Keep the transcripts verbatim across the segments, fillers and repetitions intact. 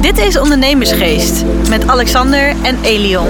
Dit is Ondernemersgeest met Alexander en Elion.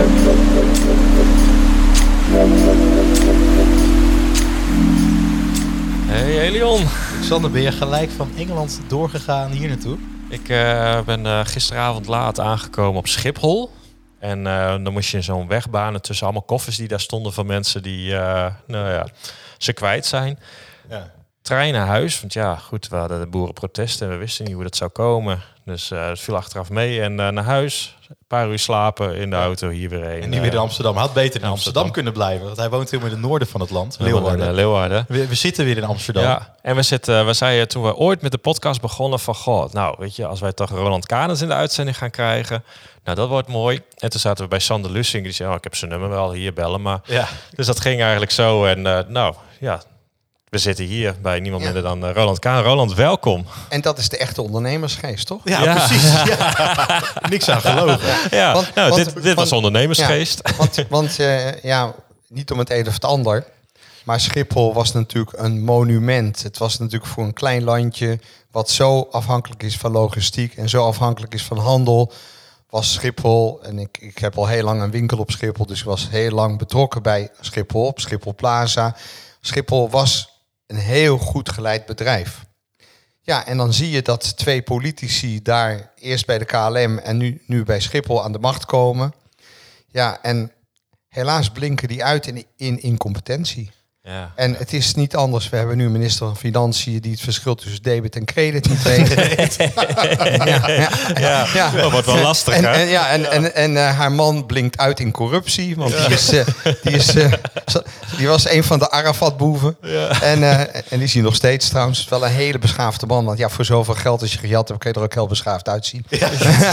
Hey Elion. Alexander, ben je gelijk van Engeland doorgegaan hier naartoe? Ik uh, ben uh, gisteravond laat aangekomen op Schiphol. En uh, dan moest je zo'n weg banen tussen allemaal koffers die daar stonden van mensen die uh, nou ja, ze kwijt zijn. Ja. Trein naar huis, want ja, goed, we hadden de boerenprotesten en we wisten niet hoe dat zou komen. Dus uh, het viel achteraf mee en uh, naar huis. Een paar uur slapen in de auto, hier weer heen. En nu weer in Amsterdam. Hij had beter in Amsterdam, Amsterdam kunnen blijven. Want hij woont helemaal in het noorden van het land. Leeuwarden. Leeuwarden. Leeuwarden. We, we zitten weer in Amsterdam. Ja, en we zitten, we zeiden toen we ooit met de podcast begonnen van... Goh, nou, weet je, als wij toch Roland Kanens in de uitzending gaan krijgen... Nou, dat wordt mooi. En toen zaten we bij Sander Lussing. Die zei, oh, ik heb zijn nummer wel, hier bellen. Maar Ja. Dus dat ging eigenlijk zo. En uh, nou, ja... We zitten hier bij niemand Ja. minder dan uh, Roland Kaan. Roland, welkom. En dat is de echte ondernemersgeest, toch? Ja, Ja. precies. Ja. Niks aan gelogen. Ja, Want- nou, want- dit, dit was want- ondernemersgeest. Ja, want want uh, ja, niet om het een of het ander, maar Schiphol was natuurlijk een monument. Het was natuurlijk voor een klein landje wat zo afhankelijk is van logistiek en zo afhankelijk is van handel. Was Schiphol, en ik, ik heb al heel lang een winkel op Schiphol, dus ik was heel lang betrokken bij Schiphol, op Schiphol Plaza. Schiphol was een heel goed geleid bedrijf. Ja, en dan zie je dat twee politici daar eerst bij de K L M en nu, nu bij Schiphol aan de macht komen. Ja, en helaas blinken die uit in, in incompetentie. Ja. En het is niet anders. We hebben nu een minister van Financiën die het verschil tussen debit en credit niet weet. ja, ja, Ja, ja. dat wordt wel lastig, En, hè? en, ja, en, en, en uh, haar man blinkt uit in corruptie. Want die, is, uh, die, is, uh, die was een van de Arafat-boeven. Ja. En, uh, en die is hij nog steeds trouwens. Wel een hele beschaafde man. Want ja, voor zoveel geld als je gejat hebt, kun je er ook heel beschaafd uitzien. Ja.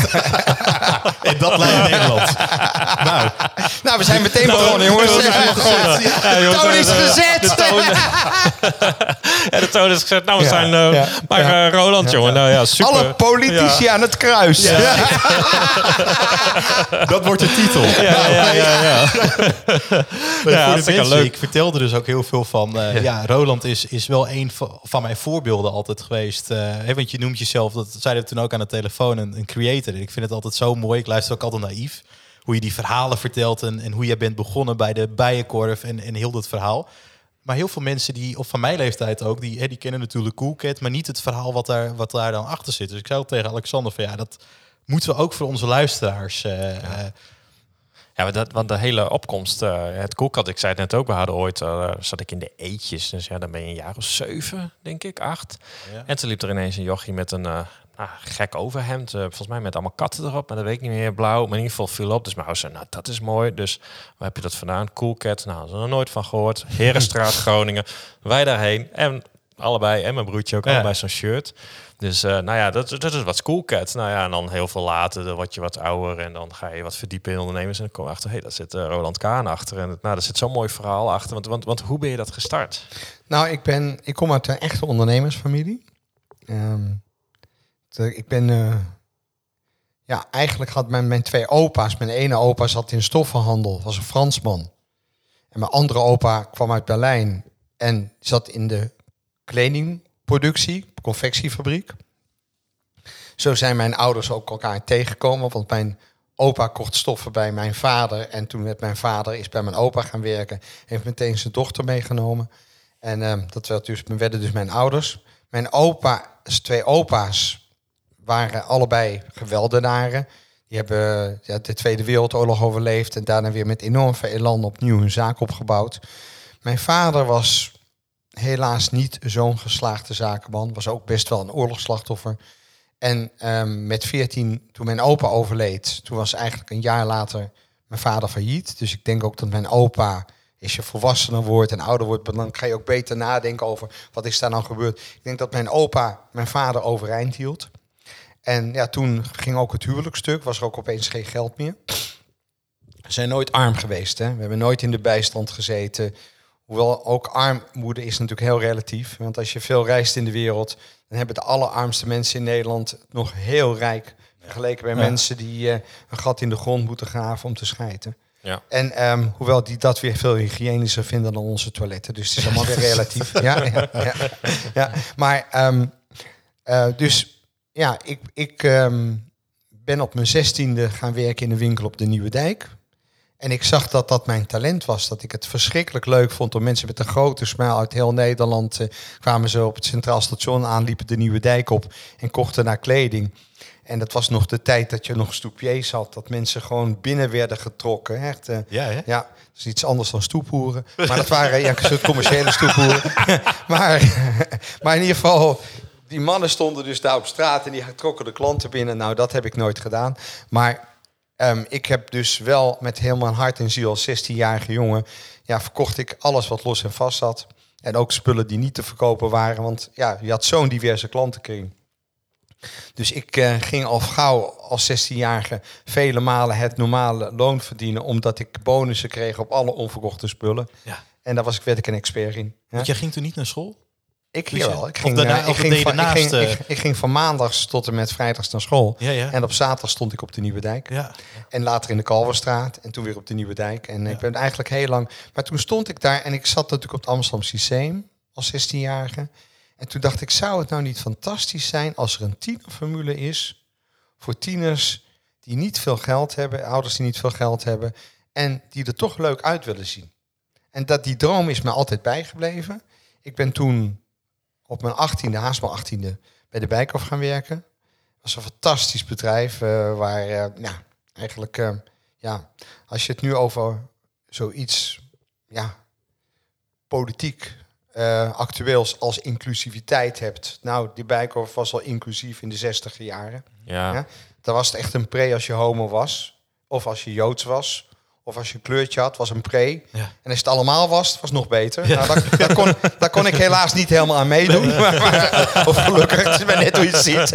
En dat lijkt Nederland. Nou, Nou, we zijn meteen begonnen, jongens. Ja, De jongens, toon is de- gezet. De toon, ja, de toon is gezet. Nou, we Ja, zijn... Uh, ja, maar ja. uh, Roland, jongen, nou ja, super. Alle politici Ja. aan het kruis. Ja. dat wordt de titel. Ja, ja, ja, ja. Maar Ja, voor de hartstikke mensen, leuk. ik vertelde dus ook heel veel van... Uh, ja. ja, Roland is, is wel een van, van mijn voorbeelden altijd geweest. Uh, hè, want je noemt jezelf, dat zeiden we toen ook aan de telefoon, een, een creator. En ik vind het altijd zo mooi. Ik luister ook altijd naïef. Hoe je die verhalen vertelt en, en hoe jij bent begonnen bij de Bijenkorf en, en heel dat verhaal. Maar heel veel mensen die, of van mijn leeftijd ook, die, hè, die kennen natuurlijk Cool Cat, maar niet het verhaal wat daar, wat daar dan achter zit. Dus ik zei tegen Alexander van ja, dat moeten we ook voor onze luisteraars... Uh, ja. Uh, Ja, maar dat, want de hele opkomst, uh, het koelkat, ik zei het net ook, we hadden ooit, uh, zat ik in de eetjes. Dus ja, dan ben je een jaar of zeven, denk ik, acht. Ja. En toen liep er ineens een jochie met een uh, nou, gek overhemd, uh, volgens mij met allemaal katten erop, maar dat weet ik niet meer, blauw. Maar in ieder geval viel op, dus mijn ouders zei, nou, dat is mooi. Dus waar heb je dat vandaan? Coolcat, nou, hadden ze er nooit van gehoord. Herenstraat, Groningen, wij daarheen. En allebei, en mijn broertje ook, Ja. allebei zo'n shirt. Dus uh, nou ja, dat, dat is wat Cool Cat. Nou ja, en dan heel veel later, dan word je wat ouder en dan ga je wat verdiepen in ondernemers. En dan kom je achter, hé, hey, daar zit uh, Roland Kaan achter. En nou, daar zit zo'n mooi verhaal achter. Want, want, want hoe ben je dat gestart? Nou, ik, ben, ik kom uit een echte ondernemersfamilie. Um, te, ik ben... Uh, ja, eigenlijk had mijn, mijn twee opa's... Mijn ene opa zat in stoffenhandel, was een Fransman. En mijn andere opa kwam uit Berlijn en zat in de kledingproductie, confectiefabriek. Zo zijn mijn ouders ook elkaar tegengekomen, want mijn opa kocht stoffen bij mijn vader. En toen met mijn vader is bij mijn opa gaan werken. Heeft meteen zijn dochter meegenomen. En um, dat werd dus, werden dus mijn ouders. Mijn opa's, twee opa's waren allebei geweldenaren. Die hebben ja, de Tweede Wereldoorlog overleefd en daarna weer met enorm veel elan opnieuw hun zaak opgebouwd. Mijn vader was helaas niet zo'n geslaagde zakenman. Was ook best wel een oorlogsslachtoffer. En um, met veertien, toen mijn opa overleed, toen was eigenlijk een jaar later mijn vader failliet. Dus ik denk ook dat mijn opa, als je volwassener wordt en ouder wordt, dan ga je ook beter nadenken over wat is daar nou gebeurd. Ik denk dat mijn opa mijn vader overeind hield. En ja, toen ging ook het huwelijksstuk, was er ook opeens geen geld meer. We zijn nooit arm geweest, hè? We hebben nooit in de bijstand gezeten. Hoewel ook armoede is natuurlijk heel relatief. Want als je veel reist in de wereld, dan hebben de allerarmste mensen in Nederland nog heel rijk vergeleken bij ja. mensen die uh, een gat in de grond moeten graven om te schijten. Ja. En um, hoewel die dat weer veel hygiënischer vinden dan onze toiletten. Dus het is allemaal weer relatief. ja, ja, ja, ja. Maar um, uh, dus ja, ik, ik um, ben op mijn zestiende gaan werken in een winkel op de Nieuwe Dijk. En ik zag dat dat mijn talent was. Dat ik het verschrikkelijk leuk vond om mensen met een grote smile uit heel Nederland uh, kwamen ze op het Centraal Station aan, liepen de Nieuwe Dijk op en kochten naar kleding. En dat was nog de tijd dat je nog stoepiers had. Dat mensen gewoon binnen werden getrokken. Echt, uh, Ja, hè? ja, dat is iets anders dan stoephoeren. Maar dat waren ja, een soort commerciële stoephoeren. maar, maar in ieder geval, die mannen stonden dus daar op straat en die trokken de klanten binnen. Nou, dat heb ik nooit gedaan. Maar um, ik heb dus wel met heel mijn hart en ziel als zestienjarige jongen, ja, verkocht ik alles wat los en vast zat. En ook spullen die niet te verkopen waren. Want ja, je had zo'n diverse klantenkring. Dus ik uh, ging al gauw als zestienjarige vele malen het normale loon verdienen, omdat ik bonussen kreeg op alle onverkochte spullen. Ja. En daar was ik, werd ik een expert in. Ja? Want jij ging toen niet naar school? Ik Dus jawel. Ik of ging, daarna- uh, ik, of ging deed je van, ik, daarnaast, ging, uh, ik, ik ging van maandags tot en met vrijdags naar school. Ja, ja. En op zaterdag stond ik op de Nieuwe Dijk. Ja. En later in de Kalverstraat. En toen weer op de Nieuwe Dijk. En Ja. ik ben eigenlijk heel lang... Maar toen stond ik daar en ik zat natuurlijk op het Amsterdam Lyceum als zestienjarige. En toen dacht ik, zou het nou niet fantastisch zijn als er een tienerformule is voor tieners die niet veel geld hebben, ouders die niet veel geld hebben en die er toch leuk uit willen zien. En dat die droom is me altijd bijgebleven. Ik ben toen op mijn achttiende, haast mijn achttiende, bij de Bijkhof gaan werken. Dat was een fantastisch bedrijf uh, waar, uh, ja, eigenlijk, uh, ja, als je het nu over zoiets, ja, politiek uh, actueels als inclusiviteit hebt. Nou, die Bijkhof was al inclusief in de zestiger jaren. Ja. Ja. Daar was het echt een pre als je homo was, of als je Joods was, of als je een kleurtje had, was een pre. Ja. En als het allemaal was, was het nog beter. Ja. Nou, daar, daar, kon, daar kon ik helaas niet helemaal aan meedoen. Nee. Maar, maar, of gelukkig, het is maar net hoe je het ziet.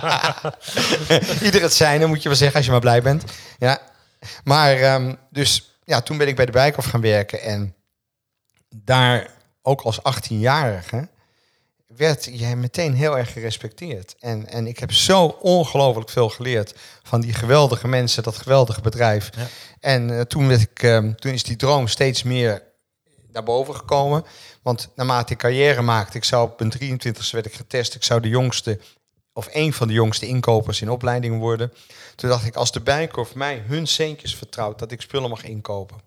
Ieder het zijne, moet je wel zeggen, als je maar blij bent. Ja. Maar um, dus, ja, toen ben ik bij de Bijkhof gaan werken. En daar, ook als achttienjarige, werd jij meteen heel erg gerespecteerd. En, en ik heb zo ongelooflijk veel geleerd van die geweldige mensen, dat geweldige bedrijf. Ja. En uh, toen, werd ik, um, toen is die droom steeds meer naar boven gekomen. Want naarmate ik carrière maakte, ik zou op mijn drieëntwintigste werd ik getest, ik zou de jongste, of een van de jongste inkopers in opleiding worden. Toen dacht ik, als de Bijkhof mij hun centjes vertrouwt dat ik spullen mag inkopen,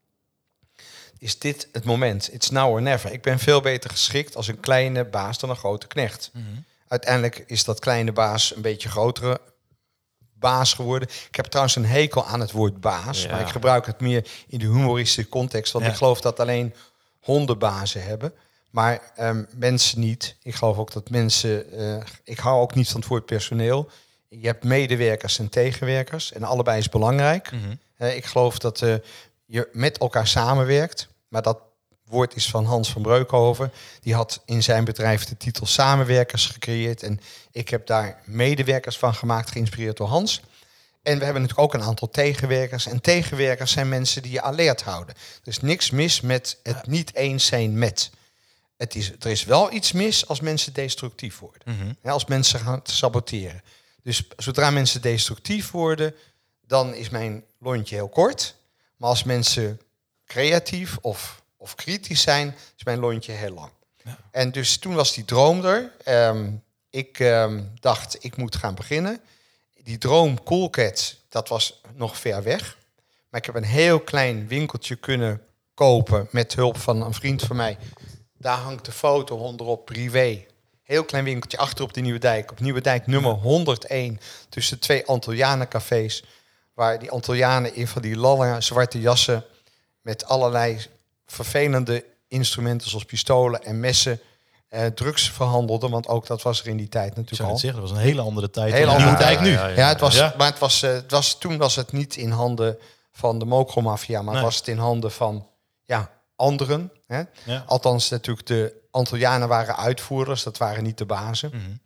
is dit het moment. It's now or never. Ik ben veel beter geschikt als een kleine baas dan een grote knecht. Mm-hmm. Uiteindelijk is dat kleine baas een beetje grotere baas geworden. Ik heb trouwens een hekel aan het woord baas, ja. Maar ik gebruik het meer in de humoristische context, want ja. ik geloof dat alleen honden bazen hebben, maar um, mensen niet. Ik geloof ook dat mensen... Uh, ik hou ook niet van het woord personeel. Je hebt medewerkers en tegenwerkers en allebei is belangrijk. Mm-hmm. Uh, ik geloof dat uh, je met elkaar samenwerkt. Maar dat woord is van Hans van Breukhoven. Die had in zijn bedrijf de titel samenwerkers gecreëerd. En ik heb daar medewerkers van gemaakt, geïnspireerd door Hans. En we hebben natuurlijk ook een aantal tegenwerkers. En tegenwerkers zijn mensen die je alert houden. Er is niks mis met het niet eens zijn met. Het is, er is wel iets mis als mensen destructief worden. Mm-hmm. Ja, als mensen gaan saboteren. Dus zodra mensen destructief worden, dan is mijn lontje heel kort. Maar als mensen creatief of, of kritisch zijn, is mijn lontje heel lang. Ja. En dus toen was die droom er. Um, ik um, dacht, ik moet gaan beginnen. Die droom Coolcat, dat was nog ver weg. Maar ik heb een heel klein winkeltje kunnen kopen met hulp van een vriend van mij. Daar hangt de foto onderop, privé. Heel klein winkeltje achter op de Nieuwe Dijk. Op Nieuwe Dijk nummer honderdéén. Tussen twee Antillianencafés. Waar die Antillianen in van die lange zwarte jassen met allerlei vervelende instrumenten zoals pistolen en messen eh, drugs verhandelden. Want ook dat was er in die tijd natuurlijk al. Ik zou het zeggen, dat was een hele andere tijd. Hele dan andere Nieuwe Dijk nu. Ja, ja, ja. Ja, het was, Ja. maar het was, uh, het was, toen was het niet in handen van de mokromafia, maar Nee. was het in handen van ja, anderen. Hè? Ja. Althans, natuurlijk de Antillianen waren uitvoerders, dat waren niet de bazen. Mm-hmm.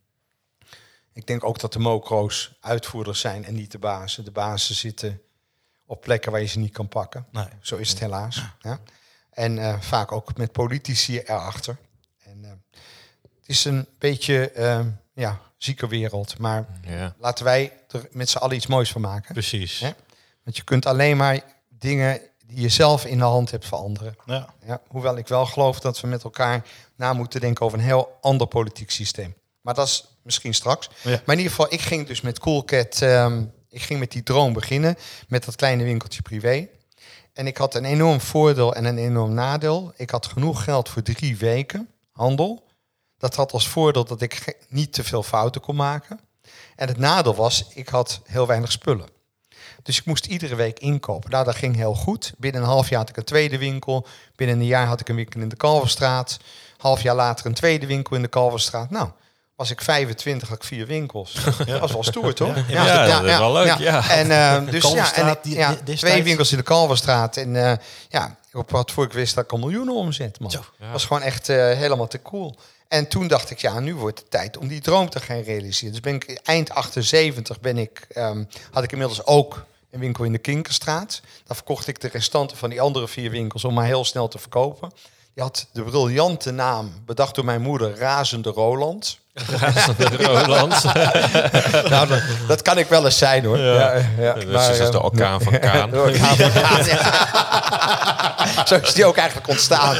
Ik denk ook dat de mokro's uitvoerders zijn en niet de bazen. De bazen zitten op plekken waar je ze niet kan pakken. Nee. Zo is het helaas. Ja. En uh, vaak ook met politici erachter. En, uh, het is een beetje uh, ja, zieke wereld. Maar Ja. laten wij er met z'n allen iets moois van maken. Precies. Ja? Want je kunt alleen maar dingen die je zelf in de hand hebt veranderen. Ja. Ja, hoewel ik wel geloof dat we met elkaar na moeten denken over een heel ander politiek systeem. Maar dat is misschien straks. Ja. Maar in ieder geval, ik ging dus met Coolcat... Um, ik ging met die droom beginnen, met dat kleine winkeltje privé. En ik had een enorm voordeel en een enorm nadeel. Ik had genoeg geld voor drie weken handel. Dat had als voordeel dat ik ge- niet te veel fouten kon maken. En het nadeel was, ik had heel weinig spullen. Dus ik moest iedere week inkopen. Nou, dat ging heel goed. Binnen een half jaar had ik een tweede winkel. Binnen een jaar had ik een winkel in de Kalverstraat. Half jaar later een tweede winkel in de Kalverstraat. Nou, was ik vijfentwintig, had ik vier winkels. Dat was wel stoer, toch? Ja, ja, dat is wel leuk, ja. En, uh, dus ja, en, Kalverstraat, die- ja, die- destijds- twee winkels in de Kalverstraat. En uh, ja, op wat voor ik wist dat ik al miljoenen omzet, man. Ja. Was gewoon echt uh, helemaal te cool. En toen dacht ik, ja, nu wordt het tijd om die droom te gaan realiseren. Dus ben ik eind achtenzeventig ben ik, um, had ik inmiddels ook een winkel in de Kinkerstraat. Daar verkocht ik de restanten van die andere vier winkels om maar heel snel te verkopen. Die had de briljante naam, bedacht door mijn moeder, Razende Roland. Roland. Nou, dat, dat kan ik wel eens zijn, hoor. Ja. Ja, ja. Dus Maar, is dat de uh, orkaan van Kaan. de orkaan van Kaan, ja. Zo is die ook eigenlijk ontstaan.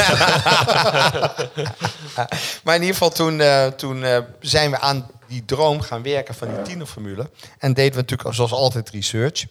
Maar in ieder geval, toen, uh, toen uh, zijn we aan die droom gaan werken van die tienerformule. En deden we natuurlijk zoals altijd research.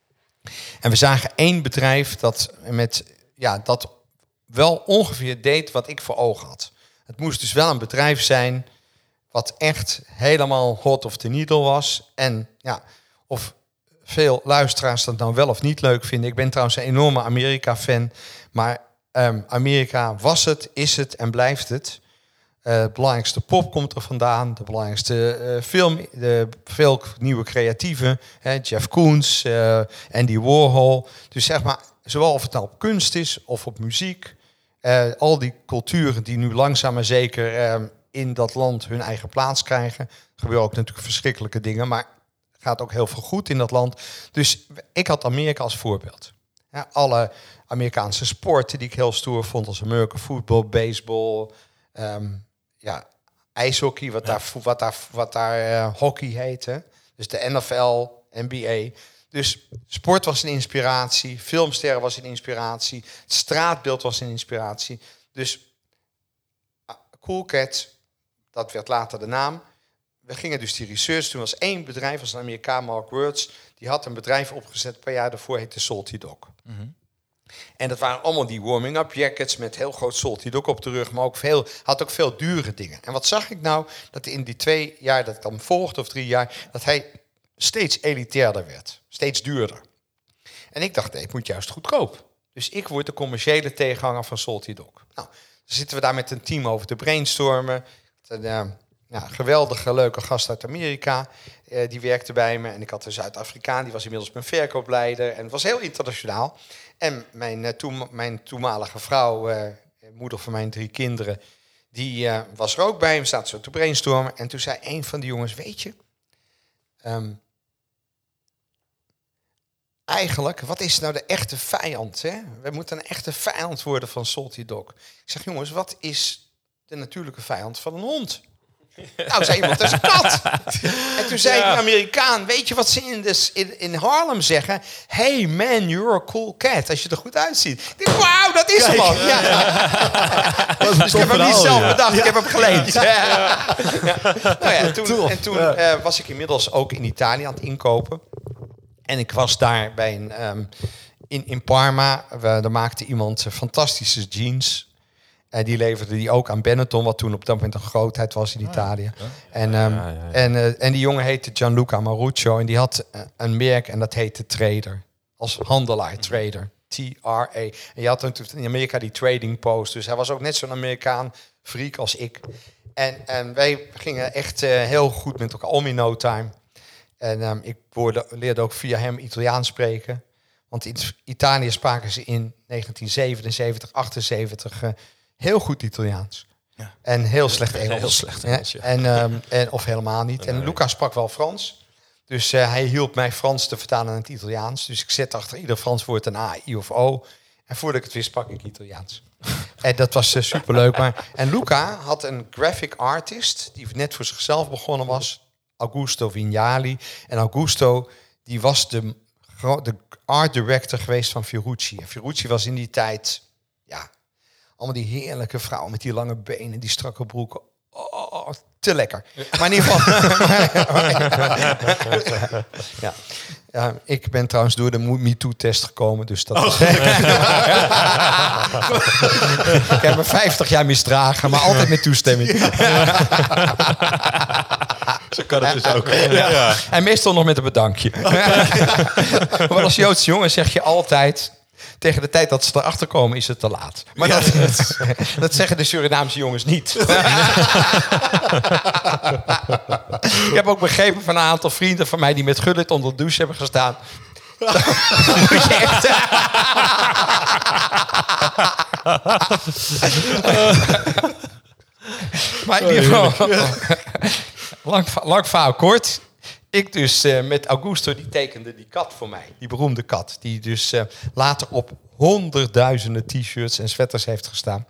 En we zagen één bedrijf dat, met, ja, dat wel ongeveer deed wat ik voor ogen had. Het moest dus wel een bedrijf zijn wat echt helemaal hot of the needle was. En ja, of veel luisteraars dat nou wel of niet leuk vinden. Ik ben trouwens een enorme Amerika-fan. Maar um, Amerika was het, is het en blijft het. Uh, de belangrijkste pop komt er vandaan. De belangrijkste uh, film, de veel nieuwe creatieven. Hè, Jeff Koons, uh, Andy Warhol. Dus zeg maar, zowel of het nou op kunst is of op muziek. Uh, al die culturen die nu langzaam maar zeker uh, in dat land hun eigen plaats krijgen. Er gebeuren ook natuurlijk verschrikkelijke dingen, maar gaat ook heel veel goed in dat land. Dus ik had Amerika als voorbeeld. Ja, alle Amerikaanse sporten die ik heel stoer vond, als American football, baseball, um, ja, ijshockey, wat, ja. daar, wat daar, wat daar uh, hockey heet. Hè? Dus de N F L, N B A. Dus sport was een inspiratie, filmsterren was een inspiratie, het straatbeeld was een inspiratie. Dus uh, Cool Cat, dat werd later de naam. We gingen dus die research doen. Er was één bedrijf, was een Amerikaan, Mark Words. Die had een bedrijf opgezet, een paar jaar daarvoor heette Salty Dog. Mm-hmm. En dat waren allemaal die warming-up jackets met heel groot Salty Dog op de rug, maar ook veel, had ook veel dure dingen. En wat zag ik nou? Dat in die twee jaar dat ik dan volgde, of drie jaar, dat hij steeds elitairder werd. Steeds duurder. En ik dacht, nee, ik moet juist goedkoop. Dus ik word de commerciële tegenhanger van Salty Dog. Nou, dan zitten we daar met een team over te brainstormen. Een uh, ja, geweldige, leuke gast uit Amerika. Uh, die werkte bij me. En ik had een Zuid-Afrikaan, die was inmiddels mijn verkoopleider. En het was heel internationaal. En mijn, uh, toem- mijn toenmalige vrouw, uh, moeder van mijn drie kinderen, die uh, was er ook bij. We zaten zo te brainstormen. En toen zei een van die jongens, weet je, Um, eigenlijk, wat is nou de echte vijand? Hè? We moeten een echte vijand worden van Salty Dog. Ik zeg, jongens, wat is de natuurlijke vijand van een hond? Nou, zei iemand, dat is een kat. En toen zei ja. een Amerikaan, weet je wat ze in, de, in, in Harlem zeggen? Hey man, you're a cool cat. Als je er goed uitziet. Ik dacht, wauw, dat is hem man. Ja. Dus ik heb hem niet zelf ja. bedacht, ja. ik heb hem geleend. Ja. Ja. Ja. Nou ja, toen, en toen uh, was ik inmiddels ook in Italië aan het inkopen. En ik was daar bij een, um, in, in Parma. We, daar maakte iemand fantastische jeans. En die leverde die ook aan Benetton, wat toen op dat moment een grootheid was in Italië. Ja. En, um, ja, ja, ja. En, uh, en die jongen heette Gianluca Maruccio. En die had uh, een merk en dat heette Trader. Als handelaar, Trader. T R A. En je had natuurlijk in Amerika die Trading Post. Dus hij was ook net zo'n Amerikaan freak als ik. En, en wij gingen echt uh, heel goed met elkaar om in no time. En um, ik hoorde, leerde ook via hem Italiaans spreken. Want in Italië spraken ze in negentien zevenenzeventig, achtenzeventig... Uh, heel goed Italiaans. Ja. En heel slecht Engels. Heel slecht Engels, ja. En, um, en, of helemaal niet. En Luca sprak wel Frans. Dus uh, hij hielp mij Frans te vertalen naar het Italiaans. Dus ik zette achter ieder Frans woord een A, I of O. En voordat ik het wist, sprak ik Italiaans. En dat was uh, superleuk. Maar, en Luca had een graphic artist, die net voor zichzelf begonnen was. Augusto Vignali. En Augusto, die was de, de art director geweest van Fiorucci. En Fiorucci was in die tijd, ja, allemaal die heerlijke vrouwen met die lange benen, die strakke broeken. Oh, oh, te lekker. Maar in ieder geval... ja. Ja, ik ben trouwens door de MeToo-test gekomen, dus dat... Oh. Ik heb me vijftig jaar misdragen, maar altijd met toestemming. Zo kan het dus ook. Ja. Ja. En meestal nog met een bedankje. Maar als Joodse jongen zeg je altijd... Tegen de tijd dat ze erachter komen is het te laat. Maar ja, dat, dat zeggen de Surinaamse jongens niet. Ik heb ook begrepen van een aantal vrienden van mij... die met Gullit onder de douche hebben gestaan. Moet je echt... Maar in ieder geval... lang, lang verhaal kort... Ik dus uh, met Augusto, die tekende die kat voor mij. Die beroemde kat. Die dus uh, later op honderdduizenden t-shirts en sweaters heeft gestaan.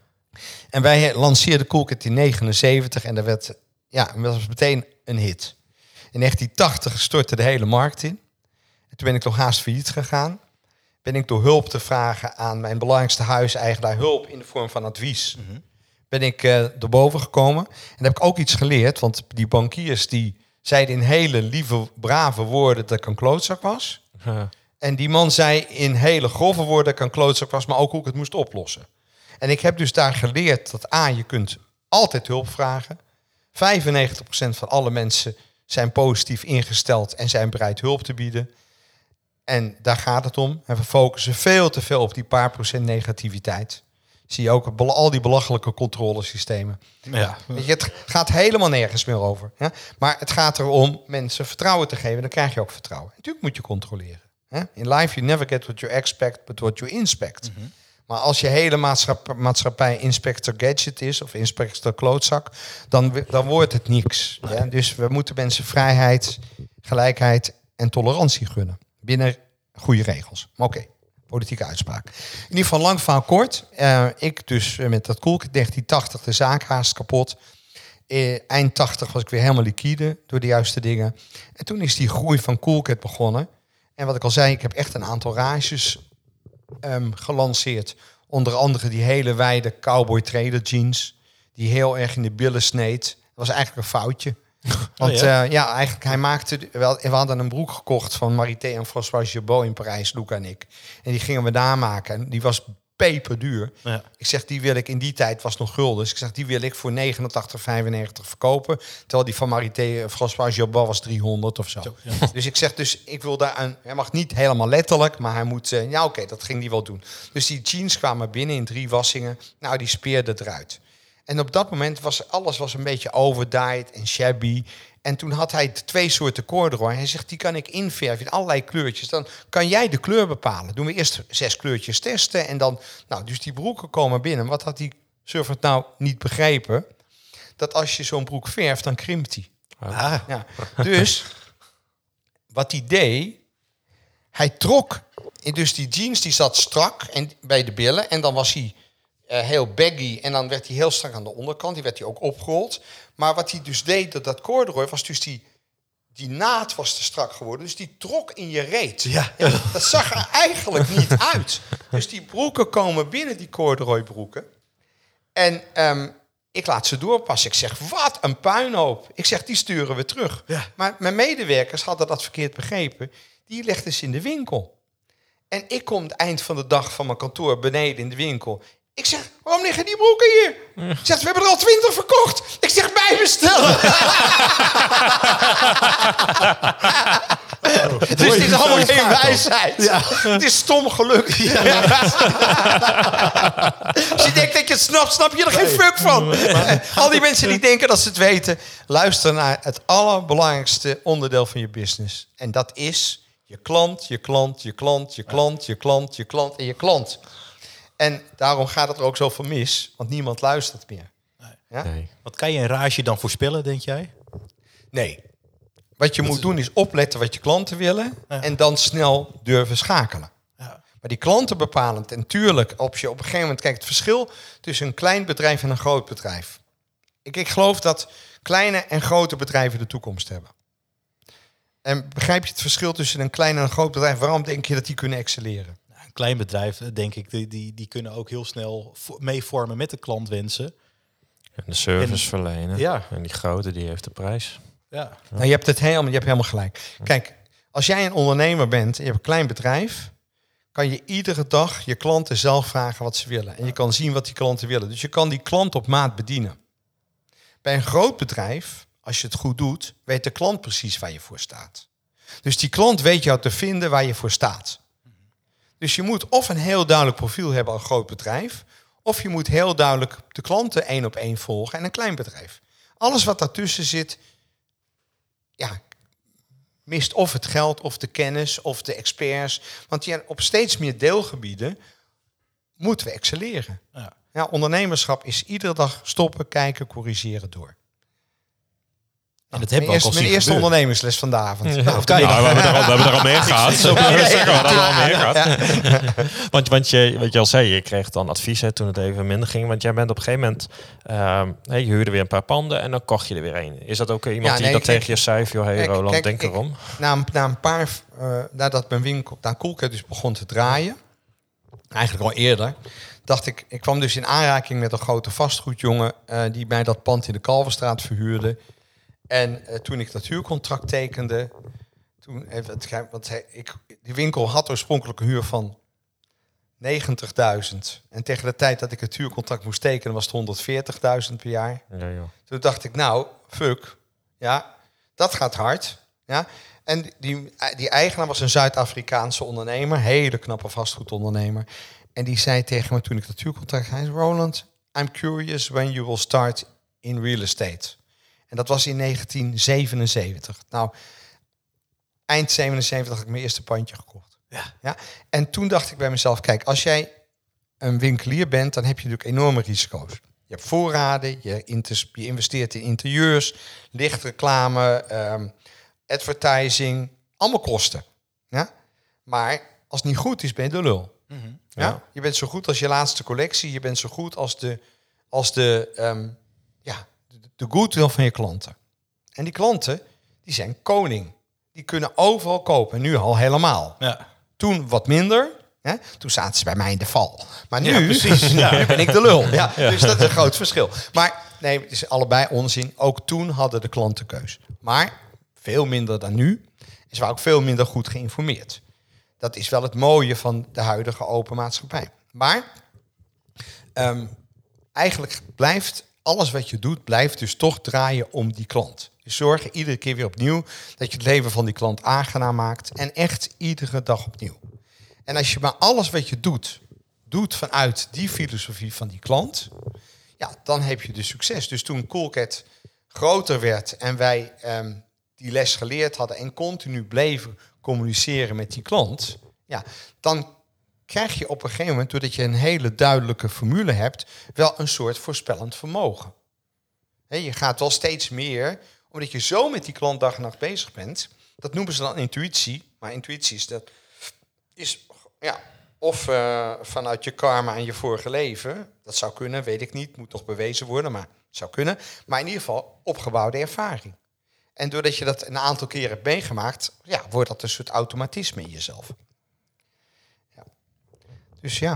En wij lanceerden Coolcat in negenenzeventig. En dat werd, ja, dat was meteen een hit. In negentien tachtig stortte de hele markt in. En toen ben ik nog haast failliet gegaan. Ben ik door hulp te vragen aan mijn belangrijkste huiseigenaar... hulp in de vorm van advies. Mm-hmm. Ben ik uh, erboven gekomen. En dan heb ik ook iets geleerd. Want die bankiers die... zeiden in hele lieve, brave woorden dat ik een klootzak was. Ja. En die man zei in hele grove woorden dat ik een klootzak was... maar ook hoe ik het moest oplossen. En ik heb dus daar geleerd dat A, je kunt altijd hulp vragen. vijfennegentig procent van alle mensen zijn positief ingesteld... en zijn bereid hulp te bieden. En daar gaat het om. En we focussen veel te veel op die paar procent negativiteit... Zie je ook al die belachelijke controlesystemen. Ja. Weet je, het gaat helemaal nergens meer over. Ja? Maar het gaat erom mensen vertrouwen te geven. Dan krijg je ook vertrouwen. Natuurlijk moet je controleren. Ja? In life you never get what you expect, but what you inspect. Mm-hmm. Maar als je hele maatschappij, maatschappij Inspector Gadget is... of Inspector Klootzak, dan, dan wordt het niks. Ja? Dus we moeten mensen vrijheid, gelijkheid en tolerantie gunnen. Binnen goede regels. Maar oké. Okay. Politieke uitspraak. In ieder geval lang verhaal kort. Uh, ik dus uh, met dat Coolcat negentien tachtig de zaak haast kapot. Uh, eind tachtig was ik weer helemaal liquide door de juiste dingen. En toen is die groei van Coolcat begonnen. En wat ik al zei, ik heb echt een aantal rages um, gelanceerd. Onder andere die hele wijde cowboy trader jeans. Die heel erg in de billen sneed. Dat was eigenlijk een foutje. Want oh ja? Uh, ja, eigenlijk, hij maakte... Wel, we hadden een broek gekocht van Marité en François Gerbeau in Parijs, Luca en ik. En die gingen we namaken. En die was peperduur. Ja. Ik zeg, die wil ik in die tijd, was nog gulden. Dus ik zeg, die wil ik voor negenentachtig vijfennegentig verkopen. Terwijl die van Marité en François Gerbeau was driehonderd of zo. zo ja. Dus ik zeg, dus ik wil daar een... Hij mag niet helemaal letterlijk, maar hij moet... Uh, ja, oké, okay, dat ging die wel doen. Dus die jeans kwamen binnen in drie wassingen. Nou, die speerde eruit. En op dat moment was alles was een beetje overdyed en shabby. En toen had hij twee soorten corduroy. Hij zegt, die kan ik inverven in allerlei kleurtjes. Dan kan jij de kleur bepalen. Doen we eerst zes kleurtjes testen. En dan, nou, dus die broeken komen binnen. Wat had die servant nou niet begrepen? Dat als je zo'n broek verft, dan krimpt die. Ah. Ja. Dus, wat hij deed... Hij trok... Dus die jeans die zat strak en, bij de billen. En dan was hij... Uh, heel baggy en dan werd hij heel strak aan de onderkant. Die werd hij ook opgerold. Maar wat hij dus deed, dat, dat corduroy, was dus die, die naad was te strak geworden. Dus die trok in je reet. Ja. Ja, dat zag er eigenlijk niet uit. Dus die broeken komen binnen, die corduroy broeken. En um, ik laat ze doorpassen. Ik zeg, wat een puinhoop. Ik zeg, die sturen we terug. Ja. Maar mijn medewerkers hadden dat verkeerd begrepen. Die legden ze in de winkel. En ik kom het eind van de dag van mijn kantoor beneden in de winkel... Ik zeg, waarom liggen die broeken hier? Ja. Ik zeg, we hebben er al twintig verkocht. Ik zeg, bijbestellen. Oh, dus het is allemaal geen wijsheid. Ja. Het is stom geluk. Ja. Ja. Als je denkt dat je het snapt, snap je er geen fuck van. Nee. Al die mensen die denken dat ze het weten... luister naar het allerbelangrijkste onderdeel van je business. En dat is je klant, je klant, je klant, je klant, je klant, je klant en je klant. En daarom gaat het er ook zoveel mis, want niemand luistert meer. Nee. Ja? Nee. Wat kan je een rage dan voorspellen, denk jij? Nee. Wat je dat moet is... doen is opletten wat je klanten willen... Ja. En dan snel durven schakelen. Ja. Maar die klanten bepalend. En tuurlijk, op, je op een gegeven moment... Kijk, het verschil tussen een klein bedrijf en een groot bedrijf. Ik, ik geloof dat kleine en grote bedrijven de toekomst hebben. En begrijp je het verschil tussen een klein en een groot bedrijf? Waarom denk je dat die kunnen excelleren? Een klein bedrijf, denk ik, die, die, die kunnen ook heel snel vo- meevormen met de klantwensen. En de service En- verlenen. Ja. En die grote, die heeft de prijs. Ja. Nou, je hebt het helemaal, je hebt helemaal gelijk. Kijk, als jij een ondernemer bent en je hebt een klein bedrijf, kan je iedere dag je klanten zelf vragen wat ze willen. En je kan zien wat die klanten willen. Dus je kan die klant op maat bedienen. Bij een groot bedrijf, als je het goed doet, weet de klant precies waar je voor staat. Dus die klant weet jou te vinden waar je voor staat. Dus je moet of een heel duidelijk profiel hebben als een groot bedrijf, of je moet heel duidelijk de klanten één op één volgen en een klein bedrijf. Alles wat daartussen zit, ja, mist of het geld, of de kennis, of de experts. Want ja, op steeds meer deelgebieden moeten we excelleren. Ja. Ja, ondernemerschap is iedere dag stoppen, kijken, corrigeren door. En dat Mijn hebben we ook eerste, al mijn zien eerste gebeuren. ondernemersles van de avond. Ja, Nou, of kijk. nou, we, hebben er al, we hebben er al meer gehad. Zo kunnen we zeggen, we hebben er al meer gehad. Want, want je, wat je al zei, je kreeg dan advies hè, toen het even minder ging. Want jij bent op een gegeven moment... Uh, hey, je huurde weer een paar panden en dan kocht je er weer een. Is dat ook iemand Ja, die nee, dat kijk, tegen je zei? Joh, hey kijk, Roland, kijk, denk ik- erom. Na een, na een paar, uh, nadat mijn winkel, na Coolcat dus begon te draaien, eigenlijk al eerder, dacht ik, ik kwam dus in aanraking met een grote vastgoedjongen uh, die mij dat pand in de Kalverstraat verhuurde. En uh, toen ik dat huurcontract tekende, toen even het geheim, want hij, ik, die winkel had oorspronkelijk een huur van negentigduizend. En tegen de tijd dat ik het huurcontract moest tekenen was het honderdveertigduizend per jaar. Ja, joh. Toen dacht ik, nou, fuck, ja, dat gaat hard. Ja. En die, die eigenaar was een Zuid-Afrikaanse ondernemer, hele knappe vastgoedondernemer. En die zei tegen me toen ik dat huurcontract zei, Roland, I'm curious when you will start in real estate. En dat was in negentien zevenenzeventig. Nou, eind zevenenzeventig had ik mijn eerste pandje gekocht. Ja. Ja. En toen dacht ik bij mezelf, kijk, als jij een winkelier bent, dan heb je natuurlijk enorme risico's. Je hebt voorraden, je, inter- je investeert in interieurs, lichtreclame, um, advertising, allemaal kosten. Ja? Maar als het niet goed is, ben je de lul. Mm-hmm. Ja? Ja. Je bent zo goed als je laatste collectie, je bent zo goed als de, als de, um, ja, de, de goodwill van je klanten. En die klanten, die zijn koning. Die kunnen overal kopen, nu al helemaal. Ja. Toen wat minder. Hè? Toen zaten ze bij mij in de val. Maar nu, Ja, precies. ja, nu ben ik de lul. Ja, Dus dat is een groot verschil. Maar nee, het is allebei onzin. Ook toen hadden de klanten keus. Maar veel minder dan nu. En ze waren ook veel minder goed geïnformeerd. Dat is wel het mooie van de huidige open maatschappij. Maar um, eigenlijk blijft alles wat je doet, blijft dus toch draaien om die klant. Dus zorg iedere keer weer opnieuw dat je het leven van die klant aangenaam maakt. En echt iedere dag opnieuw. En als je maar alles wat je doet, doet vanuit die filosofie van die klant, ja, dan heb je dus succes. Dus toen Coolcat groter werd en wij um, die les geleerd hadden en continu bleven communiceren met die klant, ja, dan krijg je op een gegeven moment, doordat je een hele duidelijke formule hebt, wel een soort voorspellend vermogen. He, je gaat wel steeds meer, omdat je zo met die klant dag en nacht bezig bent. Dat noemen ze dan intuïtie. Maar intuïtie is, dat, is ja, of uh, vanuit je karma en je vorige leven. Dat zou kunnen, weet ik niet. Moet nog bewezen worden, maar het zou kunnen. Maar in ieder geval opgebouwde ervaring. En doordat je dat een aantal keren hebt meegemaakt, ja, wordt dat een soort automatisme in jezelf. Ja. Dus ja.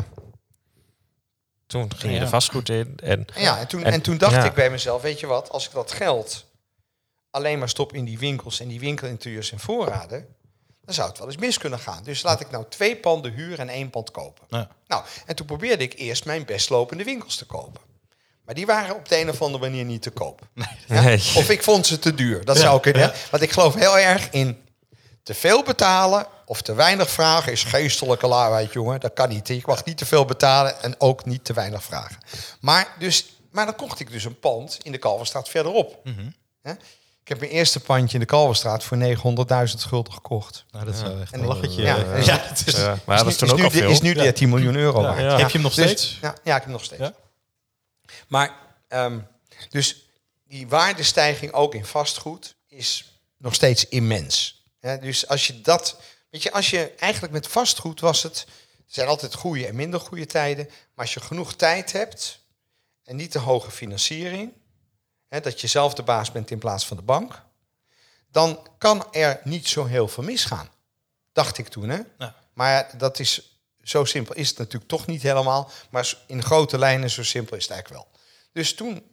Toen ging je Ja. er vastgoed in. En, Ja, en toen, en- en toen dacht ja. ik bij mezelf, weet je wat, als ik dat geld alleen maar stop in die winkels en die winkelinterieurs en voorraden, dan zou het wel eens mis kunnen gaan. Dus laat ik nou twee panden huren en één pand kopen. Ja. Nou, en toen probeerde ik eerst mijn best lopende winkels te kopen. Maar die waren op de een of andere manier niet te koop. Ja? Nee. Of ik vond ze te duur. Dat Ja, zou kunnen. ja. Want ik geloof heel erg in te veel betalen of te weinig vragen is geestelijke laarheid, jongen. Dat kan niet. Je mag niet te veel betalen en ook niet te weinig vragen. Maar, dus, maar dan kocht ik dus een pand in de Kalverstraat verderop. Mhm. Ja? Ik heb mijn eerste pandje in de Kalverstraat voor negenhonderdduizend gulden gekoord. Nou, dat is wel echt En een ik- lachertje. ja, Ja, ja. het is- Ja, maar dat is toen is ook nu, al veel. is nu Ja. dertien miljoen euro Ja. waard. Ja. Heb je hem nog Dus- steeds? ja, ja, ik heb hem nog steeds. Ja? Maar um, dus die waardestijging ook in vastgoed is nog steeds immens. Ja, dus als je dat, weet je, als je eigenlijk met vastgoed was het, er zijn altijd goede en minder goede tijden, maar als je genoeg tijd hebt en niet te hoge financiering, hè, dat je zelf de baas bent in plaats van de bank, dan kan er niet zo heel veel misgaan. Dacht ik toen, hè? Ja. Maar dat is, zo simpel is het natuurlijk toch niet helemaal. Maar in grote lijnen, zo simpel is het eigenlijk wel. Dus toen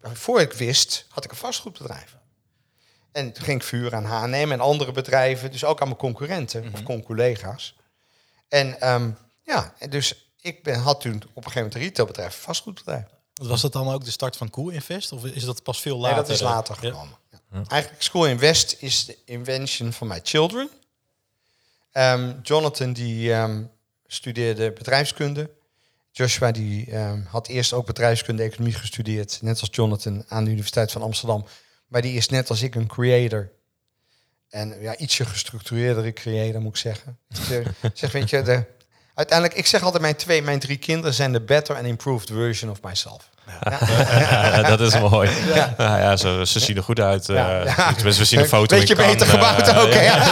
voor ik wist, had ik een vastgoedbedrijf. En toen ging ik vuur aan H en M en andere bedrijven. Dus ook aan mijn concurrenten mm-hmm. of con-collega's. En um, ja, dus ik ben, had toen op een gegeven moment een retailbedrijf, een vastgoedbedrijf. Was dat dan ook de start van Cool Invest? Of is dat pas veel later? Nee, dat is later ja. gekomen. Ja. Ja. Eigenlijk School Invest is de invention van my children. Um, Jonathan die um, studeerde bedrijfskunde. Joshua die um, had eerst ook bedrijfskunde economie gestudeerd. Net als Jonathan aan de Universiteit van Amsterdam. Maar die is net als ik een creator. En ja, ietsje gestructureerdere creator moet ik zeggen. Ik zeg, weet je, de, uiteindelijk, ik zeg altijd mijn twee, mijn drie kinderen zijn de better and improved version of myself. Ja. Ja, dat is mooi. Ja. Ja, ja, ze, ze zien er goed uit. Ja. Uh, ja. We zien een foto. Beetje in beter kan, gebouwd uh, ook, hè? Ja.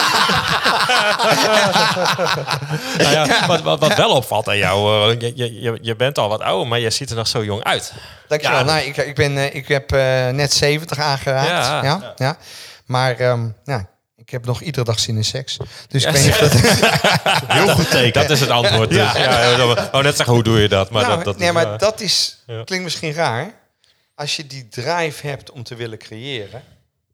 Nou ja, wat, wat, wat wel opvalt aan jou, uh, je, je, je bent al wat ouder, maar je ziet er nog zo jong uit. Dankjewel. Ja. Nou, ik, ik, ben, uh, ik heb uh, net zeventig aangeraakt. Ja. Ja, ja. Ja. Maar um, ja, ik heb nog iedere dag zin in seks. Dus ja, ik weet niet of dat... Heel goed teken. Dat is het antwoord. Dus. Ja. Ja, ja, oh, net zeggen, hoe doe je dat? Maar nou, dat, dat nee, is, maar uh, dat is, ja. klinkt misschien raar. Als je die drive hebt om te willen creëren,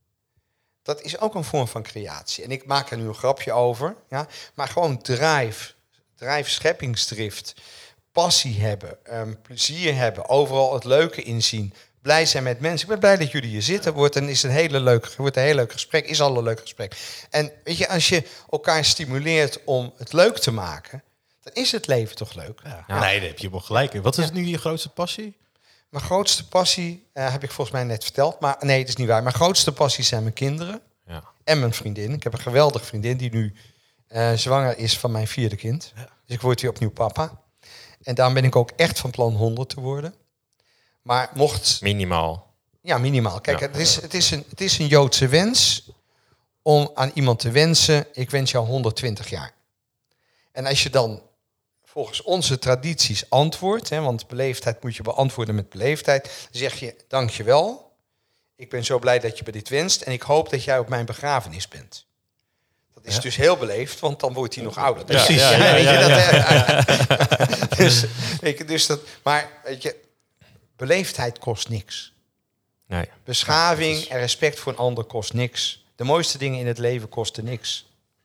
dat is ook een vorm van creatie. En ik maak er nu een grapje over. Ja? Maar gewoon drive, drive, scheppingsdrift, passie hebben, um, plezier hebben, overal het leuke inzien, blij zijn met mensen. Ik ben blij dat jullie hier zitten. Wordt een, is een hele leuk, wordt een heel leuk gesprek. Is al een leuk gesprek. En weet je, als je elkaar stimuleert om het leuk te maken, dan is het leven toch leuk. Ja. Ja. Nee, daar heb je wel gelijk in. Wat is ja. nu je grootste passie? Mijn grootste passie, uh, heb ik volgens mij net verteld. Maar nee, het is niet waar. Mijn grootste passie zijn mijn kinderen. Ja. En mijn vriendin. Ik heb een geweldige vriendin die nu uh, zwanger is van mijn vierde kind. Ja. Dus ik word weer opnieuw papa. En daarom ben ik ook echt van plan honderd te worden. Maar mocht... Minimaal. Ja, minimaal. Kijk, ja. het, is, het, is een, het is een Joodse wens om aan iemand te wensen, ik wens jou honderdtwintig jaar. En als je dan volgens onze tradities antwoordt, hè, want beleefdheid moet je beantwoorden met beleefdheid, dan zeg je, dankjewel, ik ben zo blij dat je me dit wenst en ik hoop dat jij op mijn begrafenis bent. Dat is ja. dus heel beleefd, want dan wordt hij nog ouder. Precies. Ja, ja, ja, ja, ja, ja, ja. dus, ik, dus dat, maar weet je, beleefdheid kost niks. Nee. Beschaving en respect voor een ander kost niks. De mooiste dingen in het leven kosten niks.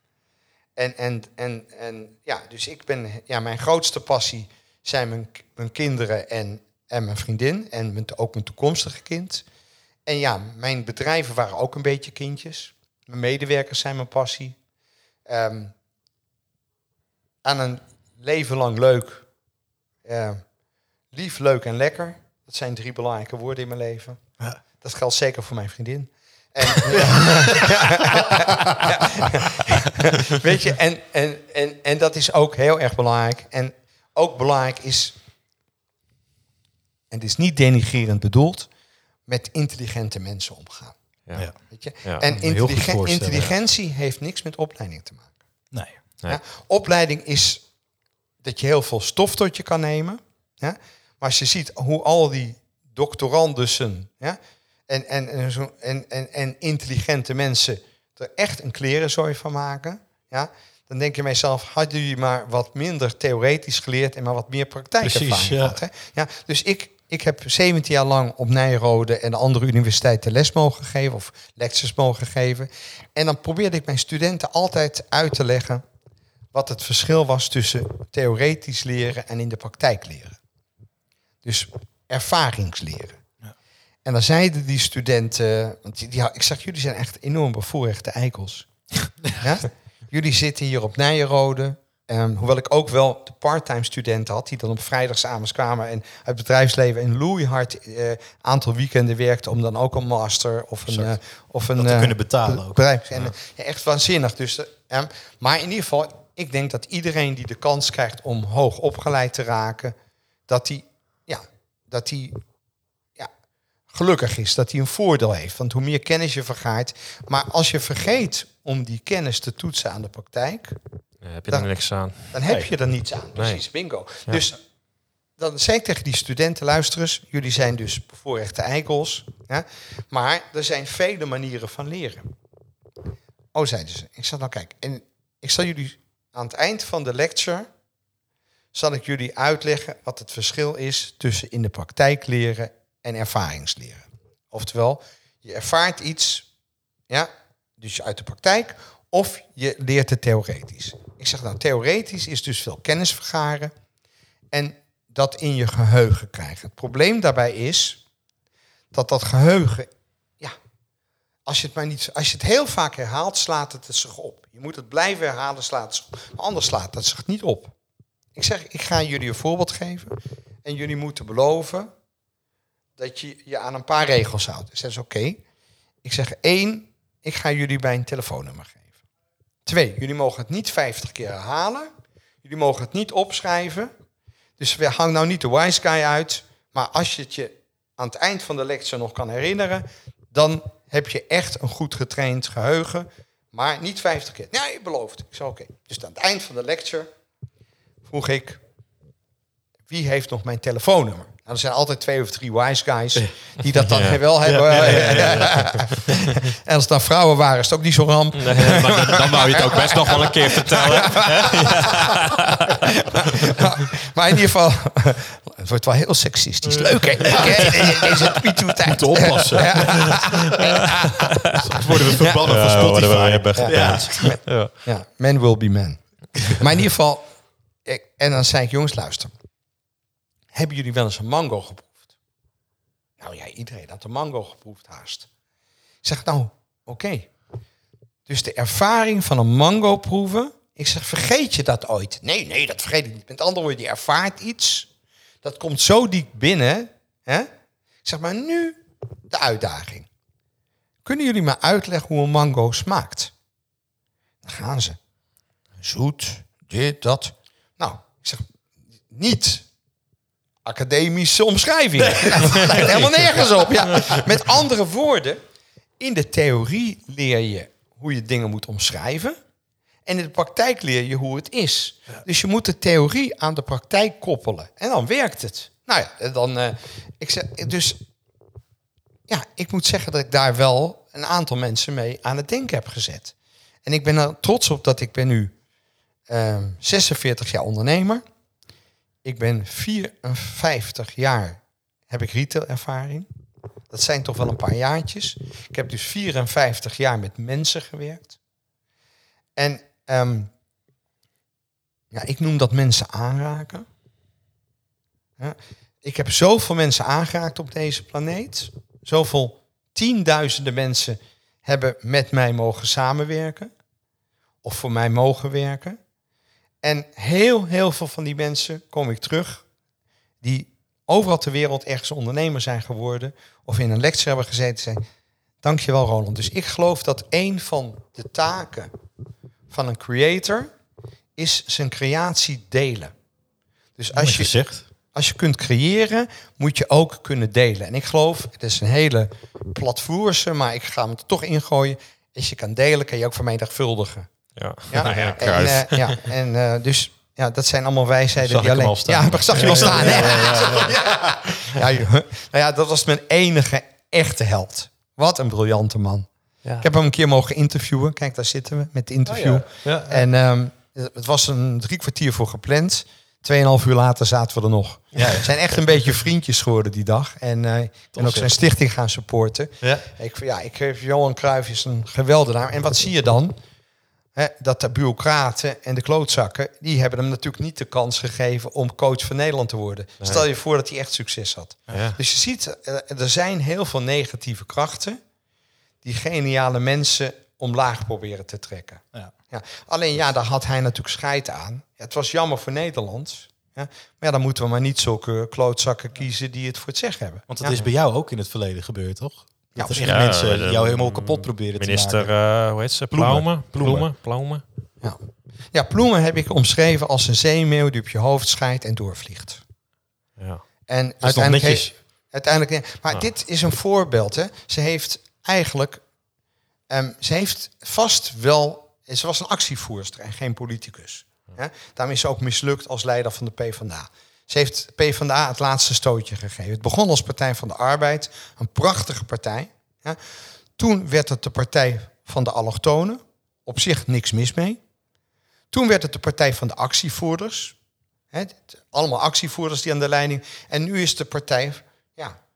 En, en, en, en ja, dus ik ben, ja, mijn grootste passie zijn mijn, mijn kinderen en, en mijn vriendin. En mijn, ook mijn toekomstige kind. En ja, mijn bedrijven waren ook een beetje kindjes. Mijn medewerkers zijn mijn passie. Um, aan een leven lang leuk. Uh, lief, leuk en lekker. Dat zijn drie belangrijke woorden in mijn leven. Ja. Dat geldt zeker voor mijn vriendin. En, weet je, en, en, en, en dat is ook heel erg belangrijk. En ook belangrijk is, en het is niet denigrerend bedoeld, met intelligente mensen omgaan. Ja. Weet je? Ja. En intelligen, intelligentie ja. heeft niks met opleiding te maken. Nee. nee. Ja? Opleiding is dat je heel veel stof tot je kan nemen. Ja? Maar als je ziet hoe al die doctorandussen, ja, en, en, en, zo, en, en, en intelligente mensen er echt een klerenzooi van maken, ja, dan denk je mijzelf, hadden jullie maar wat minder theoretisch geleerd en maar wat meer praktijkervaring ja. gehad. Hè? Ja, dus ik, ik heb zeventien jaar lang op Nijrode en de andere universiteiten les mogen geven of lectures mogen geven. En dan probeerde ik mijn studenten altijd uit te leggen wat het verschil was tussen theoretisch leren en in de praktijk leren. Dus ervaringsleren. Ja. En dan zeiden die studenten, want die, die, ik zeg, jullie zijn echt enorm bevoorrechte eikels. Ja? Jullie zitten hier op Nijrode. Um, hoewel ik ook wel de part-time studenten had, die dan op vrijdagavond kwamen en uit bedrijfsleven een loeihard uh, aantal weekenden werkten om dan ook een master of een... Uh, of een dat te uh, kunnen betalen ook. Bedrijf. En, ja. Ja, echt waanzinnig. Dus, uh, um, maar in ieder geval, ik denk dat iedereen die de kans krijgt om hoog opgeleid te raken, dat die, ja, dat die ja, gelukkig is, dat hij een voordeel heeft. Want hoe meer kennis je vergaart, maar als je vergeet om die kennis te toetsen aan de praktijk, ja, heb je dan, er niks aan. Dan heb nee. je er niets aan. Precies, nee. bingo. Ja. Dus dan zei ik tegen die studenten, luister eens, jullie zijn dus bevoorrechte eikels, ja, maar er zijn vele manieren van leren. Oh, zeiden ze. Ik zeg, nou kijk, en ik zal jullie aan het eind van de lecture, zal ik jullie uitleggen wat het verschil is tussen in de praktijk leren en ervaringsleren. Oftewel, je ervaart iets, ja, dus uit de praktijk, of je leert het theoretisch. Ik zeg nou, theoretisch is dus veel kennis vergaren en dat in je geheugen krijgen. Het probleem daarbij is dat dat geheugen, ja, als je het maar niet, als je het heel vaak herhaalt, slaat het zich op. Je moet het blijven herhalen, slaat het zich op. Maar anders slaat het zich niet op. Ik zeg, ik ga jullie een voorbeeld geven en jullie moeten beloven dat je je aan een paar regels houdt. Dus dat is oké. Okay. Ik zeg één, ik ga jullie bij een telefoonnummer geven. Twee, jullie mogen het niet vijftig keer herhalen. Jullie mogen het niet opschrijven. Dus hang nou niet de wise guy uit. Maar als je het je aan het eind van de lecture nog kan herinneren, dan heb je echt een goed getraind geheugen. Maar niet vijftig keer. Nee, beloofd. Ik zei oké. Okay. Dus aan het eind van de lecture vroeg ik, wie heeft nog mijn telefoonnummer? Nou, er zijn altijd twee of drie wise guys die dat dan ja. wel hebben. Ja, ja, ja, ja. En als het dan vrouwen waren, is het ook niet zo ramp. Nee, maar dan, dan wou je het ook best nog wel een keer vertellen. maar, maar in ieder geval, het wordt wel heel seksistisch. Leuk, hè? Deze MeToo-tijd. Moeten oppassen. Straks worden we verbannen van Spotify. Ja, ja. ja, men will be men. Maar in ieder geval, en dan zei ik, jongens, luister. Hebben jullie wel eens een mango geproefd? Nou ja, iedereen had een mango geproefd haast. Ik zeg, nou, oké. Okay. Dus de ervaring van een mango proeven. Ik zeg, vergeet je dat ooit? Nee, nee, dat vergeet ik niet. Met andere woorden, je ervaart iets. Dat komt zo diep binnen. Hè? Ik zeg, maar nu de uitdaging. Kunnen jullie me uitleggen hoe een mango smaakt? Dan gaan ze. Zoet, dit, dat. Nou, ik zeg, niet academische omschrijving. Nee. Dat lijkt helemaal nergens op. Ja. Met andere woorden, in de theorie leer je hoe je dingen moet omschrijven. En in de praktijk leer je hoe het is. Ja. Dus je moet de theorie aan de praktijk koppelen. En dan werkt het. Nou ja, dan... Uh, ik zeg, dus ja, ik moet zeggen dat ik daar wel een aantal mensen mee aan het denken heb gezet. En ik ben er trots op dat ik ben nu uh, zesenveertig jaar ondernemer. Ik ben vierenvijftig jaar, heb ik retailervaring. Dat zijn toch wel een paar jaartjes. Ik heb dus vierenvijftig jaar met mensen gewerkt. En um, ja, ik noem dat mensen aanraken. Ja, ik heb zoveel mensen aangeraakt op deze planeet. Zoveel tienduizenden mensen hebben met mij mogen samenwerken. Of voor mij mogen werken. En heel, heel veel van die mensen kom ik terug, die overal ter wereld ergens ondernemer zijn geworden, of in een lecture hebben gezeten zijn. Dankjewel, Roland. Dus ik geloof dat een van de taken van een creator is zijn creatie delen. Dus als je, als je kunt creëren, moet je ook kunnen delen. En ik geloof, het is een hele platvloerse, maar ik ga hem er toch ingooien. Als je kan delen, kan je ook vermenigvuldigen. Ja, ja, ja, en, uh, ja, en uh, dus ja, dat zijn allemaal wijsheden die alleen. Ja, ik zag je wel staan. Ja, ja, ja, ja. Ja, ja, nou ja, dat was mijn enige echte held. Wat een briljante man. Ja. Ik heb hem een keer mogen interviewen. Kijk, daar zitten we met de interview. Oh, ja. Ja, ja. En um, het was een drie kwartier voor gepland. Tweeënhalf uur later zaten we er nog. Ja, ja. We zijn echt een beetje vriendjes geworden die dag. En, uh, en ook zijn stichting gaan supporten. Ja. Ik, ja, ik geef Johan Cruijff is een geweldenaar. En wat zie je dan? He, dat de bureaucraten en de klootzakken, die hebben hem natuurlijk niet de kans gegeven om coach van Nederland te worden. Nee. Stel je voor dat hij echt succes had. Ja. Dus je ziet, er zijn heel veel negatieve krachten die geniale mensen omlaag proberen te trekken. Ja. Ja. Alleen ja, daar had hij natuurlijk scheid aan. Ja, het was jammer voor Nederland. Ja. Maar ja, dan moeten we maar niet zulke klootzakken kiezen die het voor het zeggen hebben. Want dat ja. is bij jou ook in het verleden gebeurd, toch? Ja, dat er ja, mensen de, jou helemaal kapot proberen minister, te maken. Uh, hoe heet ze? Ploemen. Ploemen. Ploemen. Ja. ja, Ploemen heb ik omschreven als een zeemeeuw die op je hoofd scheidt en doorvliegt. Ja. En dat uiteindelijk, is heeft, uiteindelijk... Maar ah. dit is een voorbeeld. Hè. Ze heeft eigenlijk... Um, ze heeft vast wel... Ze was een actievoerster en geen politicus. Ja. Daarom is ze ook mislukt als leider van de PvdA. Ze heeft PvdA het laatste stootje gegeven. Het begon als Partij van de Arbeid. Een prachtige partij. Ja. Toen werd het de Partij van de Allochtonen. Op zich niks mis mee. Toen werd het de Partij van de Actievoerders. He, allemaal actievoerders die aan de leiding. En nu is de partij... Ja,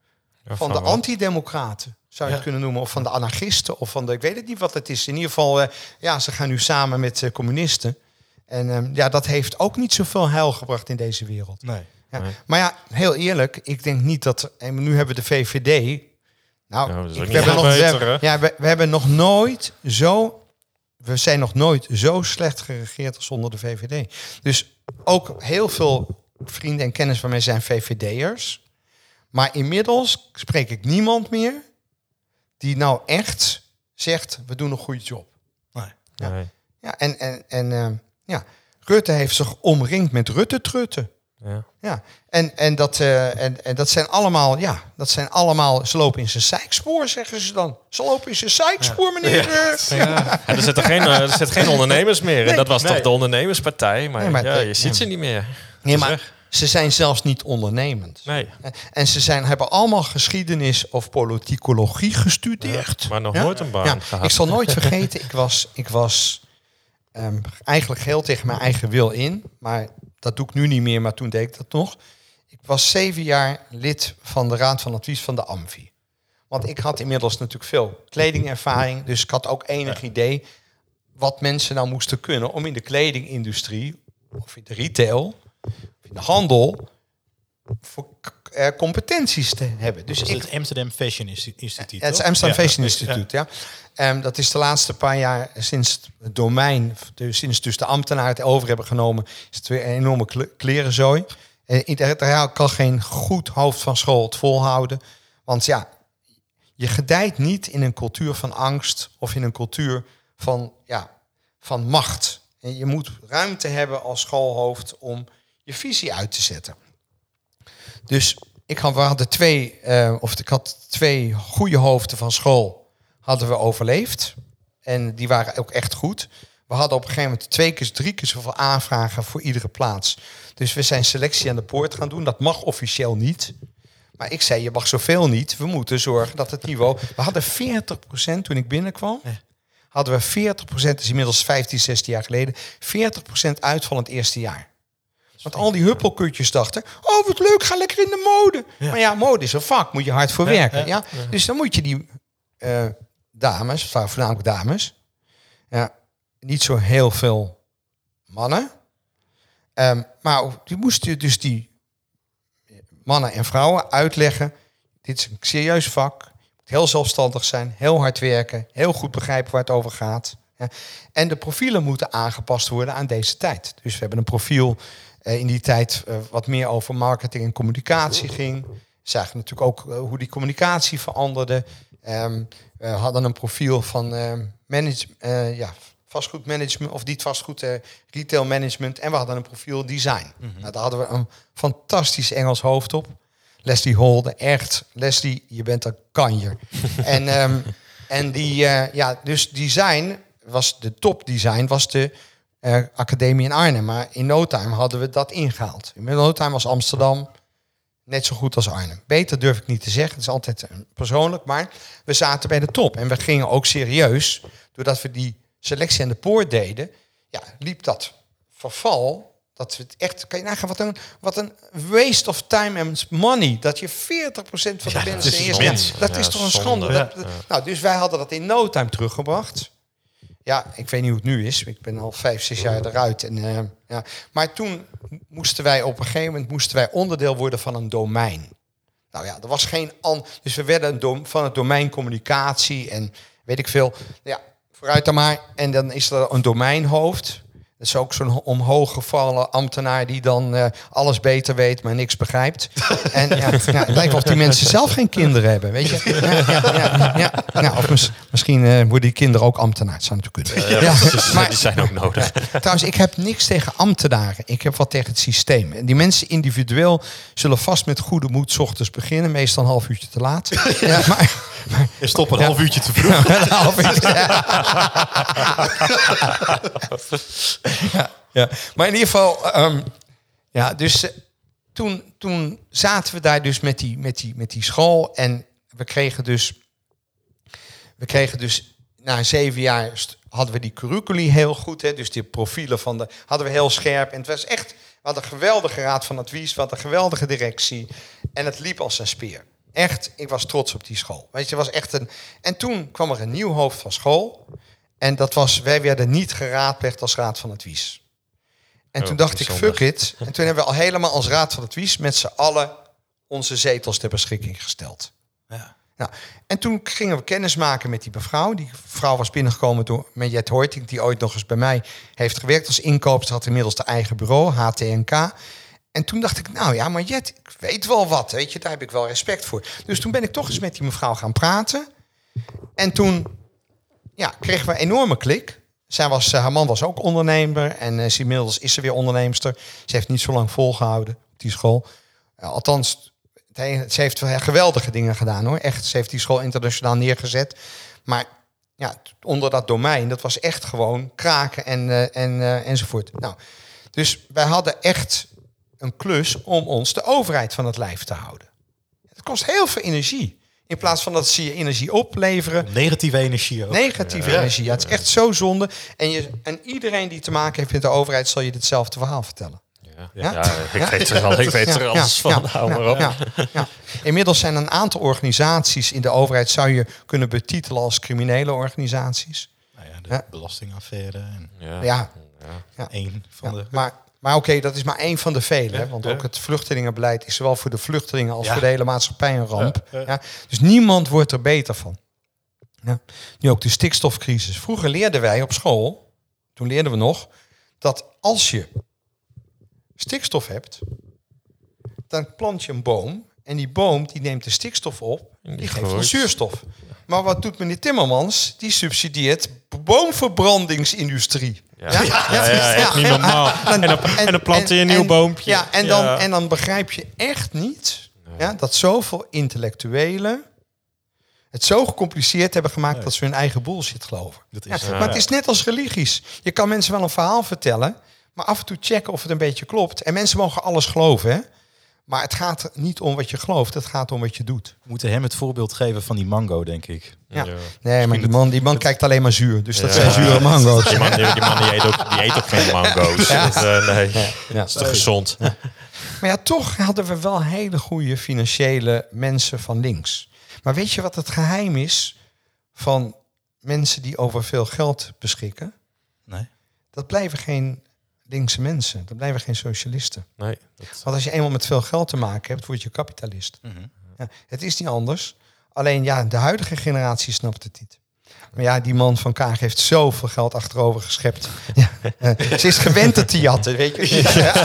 Ja, van van de wat? antidemocraten, zou je Ja. het kunnen noemen. Of van de anarchisten, of van de, ik weet het niet wat het is. In ieder geval, uh, ja, ze gaan nu samen met uh, communisten. En um, ja, dat heeft ook niet zoveel heil gebracht in deze wereld. Nee. Ja. Nee. Maar ja, heel eerlijk, ik denk niet dat... En nu hebben we de V V D... Nou, Ja, dat is ik- ook we, niet hebben nog, veel we, beter, hebben, hè? ja, we, we hebben nog nooit zo... We zijn nog nooit zo slecht geregeerd als onder de V V D. Dus ook heel veel vrienden en kennis van mij zijn V V D'ers. Maar inmiddels spreek ik niemand meer die nou echt zegt, we doen een goede job. Nee. Ja. Nee. Ja, en en, en uh, ja, Rutte heeft zich omringd met Rutte-trutten. Ja. Ja, en, en, dat, uh, en, en dat zijn allemaal, ja, dat zijn allemaal, ze lopen in zijn zijkspoor, zeggen ze dan. Ze lopen in zijn zijkspoor, meneer. Ja. Ja. Ja, er zitten geen, uh, er zitten geen ondernemers meer. Nee, en dat was nee. toch de ondernemerspartij. Maar, Nee, maar ja, de- je ziet ze niet meer. Nee, is maar weg. ze zijn zelfs niet ondernemend. Nee, En ze zijn, hebben allemaal geschiedenis of politicologie gestudeerd. maar nog Ja? nooit een baan Ja, gehad. ik zal nooit vergeten, ik was, ik was um, eigenlijk heel tegen mijn eigen wil in. Maar dat doe ik nu niet meer, maar toen deed ik dat nog. Ik was zeven jaar lid van de Raad van Advies van de Amfi. Want ik had inmiddels natuurlijk veel kledingervaring. Dus ik had ook enig idee wat mensen nou moesten kunnen om in de kledingindustrie, of in de retail, of in de handel, voor k- eh, competenties te hebben. Dus Dus ik, het Amsterdam Fashion Insti- Instituut. het toch? Amsterdam Ja. Fashion Instituut, ja. Ehm, dat is de laatste paar jaar sinds het domein, dus sinds dus de ambtenaren het over hebben genomen, is het weer een enorme kle- klerenzooi. En daar kan geen goed hoofd van school het volhouden. Want ja, je gedijt niet in een cultuur van angst of in een cultuur van, ja, van macht. En je moet ruimte hebben als schoolhoofd om je visie uit te zetten. Dus ik had, we hadden twee, uh, of ik had twee goede hoofden van school hadden we overleefd. En die waren ook echt goed. We hadden op een gegeven moment twee keer, drie keer zoveel aanvragen voor iedere plaats. Dus we zijn selectie aan de poort gaan doen. Dat mag officieel niet. Maar ik zei, je mag zoveel niet. We moeten zorgen dat het niveau... We hadden veertig procent toen ik binnenkwam. Hadden we veertig procent, dat is inmiddels vijftien, zestien jaar geleden. veertig procent uitval in het eerste jaar. Want al die huppelkutjes dachten, oh wat leuk, ga lekker in de mode. Ja. Maar ja, mode is een vak, moet je hard voor werken. Ja, ja. Ja? Ja. Dus dan moet je die uh, dames, voornamelijk dames, ja, niet zo heel veel mannen. Um, maar die moesten dus die mannen en vrouwen uitleggen, dit is een serieus vak, je moet heel zelfstandig zijn, heel hard werken, heel goed begrijpen waar het over gaat. Ja. En de profielen moeten aangepast worden aan deze tijd. Dus we hebben een profiel uh, in die tijd uh, wat meer over marketing en communicatie ging. We zagen natuurlijk ook uh, hoe die communicatie veranderde. Um, we hadden een profiel van uh, manage, uh, ja, vastgoedmanagement, of niet vastgoed, uh, retail management. En we hadden een profiel design. Mm-hmm. Nou, daar hadden we een fantastisch Engels hoofd op. Leslie Holde, echt. Leslie, je bent een kanjer. en, um, en die, uh, ja, dus design was de top design, was de uh, academie in Arnhem. Maar in no time hadden we dat ingehaald. In no time was Amsterdam net zo goed als Arnhem. Beter durf ik niet te zeggen. Het is altijd uh, persoonlijk, maar we zaten bij de top. En we gingen ook serieus, doordat we die selectie aan de poort deden, ja, liep dat verval. Dat we het echt, kan je nagaan wat een, wat een waste of time and money. Dat je veertig procent van de ja, mensen eerst. Ja, dat ja, is toch een schande. Ja, dat, ja. Nou, dus wij hadden dat in no time teruggebracht. Ja, ik weet niet hoe het nu is. Ik ben al vijf, zes jaar eruit. En, uh, ja. Maar toen moesten wij op een gegeven moment moesten wij onderdeel worden van een domein. Nou ja, er was geen an. Dus we werden een dom, van het domein communicatie en weet ik veel. Ja, vooruit dan maar. En dan is er een domeinhoofd. Dat is ook zo'n omhooggevallen ambtenaar die dan uh, alles beter weet, maar niks begrijpt. En ja, ja, het lijkt wel of die mensen zelf geen kinderen hebben, weet je. Ja, ja, ja, ja. Nou, of mis, misschien uh, worden die kinderen ook ambtenaar. Dat zou natuurlijk kunnen. Ja, ja, ja, maar, die zijn ook nodig. Ja, trouwens, ik heb niks tegen ambtenaren. Ik heb wat tegen het systeem. En die mensen individueel zullen vast met goede moed 's ochtends beginnen. Meestal een half uurtje te laat. Ja, maar, maar, je stopt een ja. half uurtje te vroeg. Ja, een half uurtje, ja. Ja, ja, maar in ieder geval, um, ja, dus uh, toen, toen zaten we daar dus met die, met die, met die school en we kregen dus, we kregen dus na zeven jaar st- hadden we die curriculi heel goed, hè, dus die profielen van de hadden we heel scherp en het was echt, we hadden een geweldige raad van advies, we hadden een geweldige directie en het liep als een speer. Echt, ik was trots op die school. Weet je, was echt een. En toen kwam er een nieuw hoofd van school. En dat was, wij werden niet geraadpleegd als raad van advies. En Oh, toen dacht bijzonder. ik, fuck it. En toen hebben we al helemaal als raad van advies met z'n allen onze zetels ter beschikking gesteld. Ja. Nou, en toen gingen we kennis maken met die mevrouw. Die vrouw was binnengekomen door met Jet Hoytink, die ooit nog eens bij mij heeft gewerkt als inkoopster, had inmiddels de eigen bureau, H T N K. En toen dacht ik, nou ja, maar Jet, ik weet wel wat, weet je, daar heb ik wel respect voor. Dus toen ben ik toch eens met die mevrouw gaan praten. En toen ja, kregen we een enorme klik. Zij was, haar man was ook ondernemer en uh, inmiddels is ze weer onderneemster. Ze heeft niet zo lang volgehouden op die school. Uh, althans, het, ze heeft geweldige dingen gedaan hoor. Echt, ze heeft die school internationaal neergezet. Maar ja, onder dat domein, dat was echt gewoon kraken en, uh, en, uh, enzovoort. Nou, dus wij hadden echt een klus om ons de overheid van het lijf te houden. Het kost heel veel energie. In plaats van dat ze je energie opleveren. Negatieve energie ook. Negatieve Ja. energie. Ja, het is echt zo zonde. En, je, en iedereen die te maken heeft met de overheid zal je ditzelfde verhaal vertellen. Ja, Ja? ja, ik weet er, al, ik weet er Ja, alles ja, van. ja, Hou ja, maar op. ja, ja. Inmiddels zijn een aantal organisaties in de overheid, zou je kunnen betitelen als criminele organisaties. Nou ja, de Ja. belastingaffaire. En Ja. Ja, Ja. één van ja, de... maar, maar oké, dat is maar één van de vele. Ja, Hè, want ja. ook het vluchtelingenbeleid is zowel voor de vluchtelingen als Ja. voor de hele maatschappij een ramp. Ja, ja. Ja, dus niemand wordt er beter van. Ja. Nu ook de stikstofcrisis. Vroeger leerden wij op school, toen leerden we nog, dat als je stikstof hebt, dan plant je een boom. En die boom die neemt de stikstof op, die geeft groeit. dan zuurstof. Maar wat doet meneer Timmermans? Die subsidieert boomverbrandingsindustrie. Ja. Ja, ja, ja, echt niet ja. normaal. En dan, en dan plant hij een nieuw en- boompje. Ja, en dan, Ja. en dan begrijp je echt niet ja, dat zoveel intellectuelen het zo gecompliceerd hebben gemaakt Nee. dat ze hun eigen bullshit geloven. Dat Ja, is, Ja. maar het is net als religies. Je kan mensen wel een verhaal vertellen, maar af en toe checken of het een beetje klopt. En mensen mogen alles geloven, hè? Maar het gaat er niet om wat je gelooft, het gaat om wat je doet. We moeten hem het voorbeeld geven van die mango, denk ik. Ja. Ja. Nee, maar die man, die man kijkt alleen maar zuur. Dus dat Ja. zijn zure mango's. Die man, die, die man die, eet ook, die eet ook geen mango's. Ja. Dat, eh, nee, Ja. dat is toch gezond? Maar ja, toch hadden we wel hele goede financiële mensen van links. Maar weet je wat het geheim is van mensen die over veel geld beschikken? Nee. Dat blijven geen linkse mensen. Dat blijven geen socialisten. Nee. Dat, Want als je eenmaal met veel geld te maken hebt, word je kapitalist. Mhm. Ja, het is niet anders. Alleen ja, de huidige generatie snapt het niet. Maar ja, die man van Kaag heeft zoveel geld achterover geschept. Ja, eh, ze is gewend het te jatten, weet je.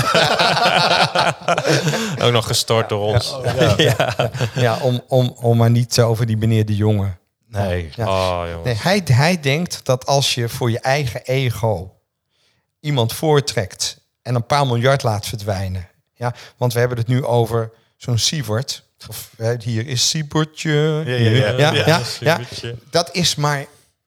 ook nog gestort door ons. Ja, ja om, om, om maar niet over die meneer De Jonge. Nee. Ja. Oh, jongens. Nee, hij, hij denkt dat als je voor je eigen ego iemand voortrekt en een paar miljard laat verdwijnen. Ja, want we hebben het nu over zo'n Siebert. Of, hè, hier is Siebertje. Ja, ja, ja. Ja, ja, ja. Siebertje. Dat is maar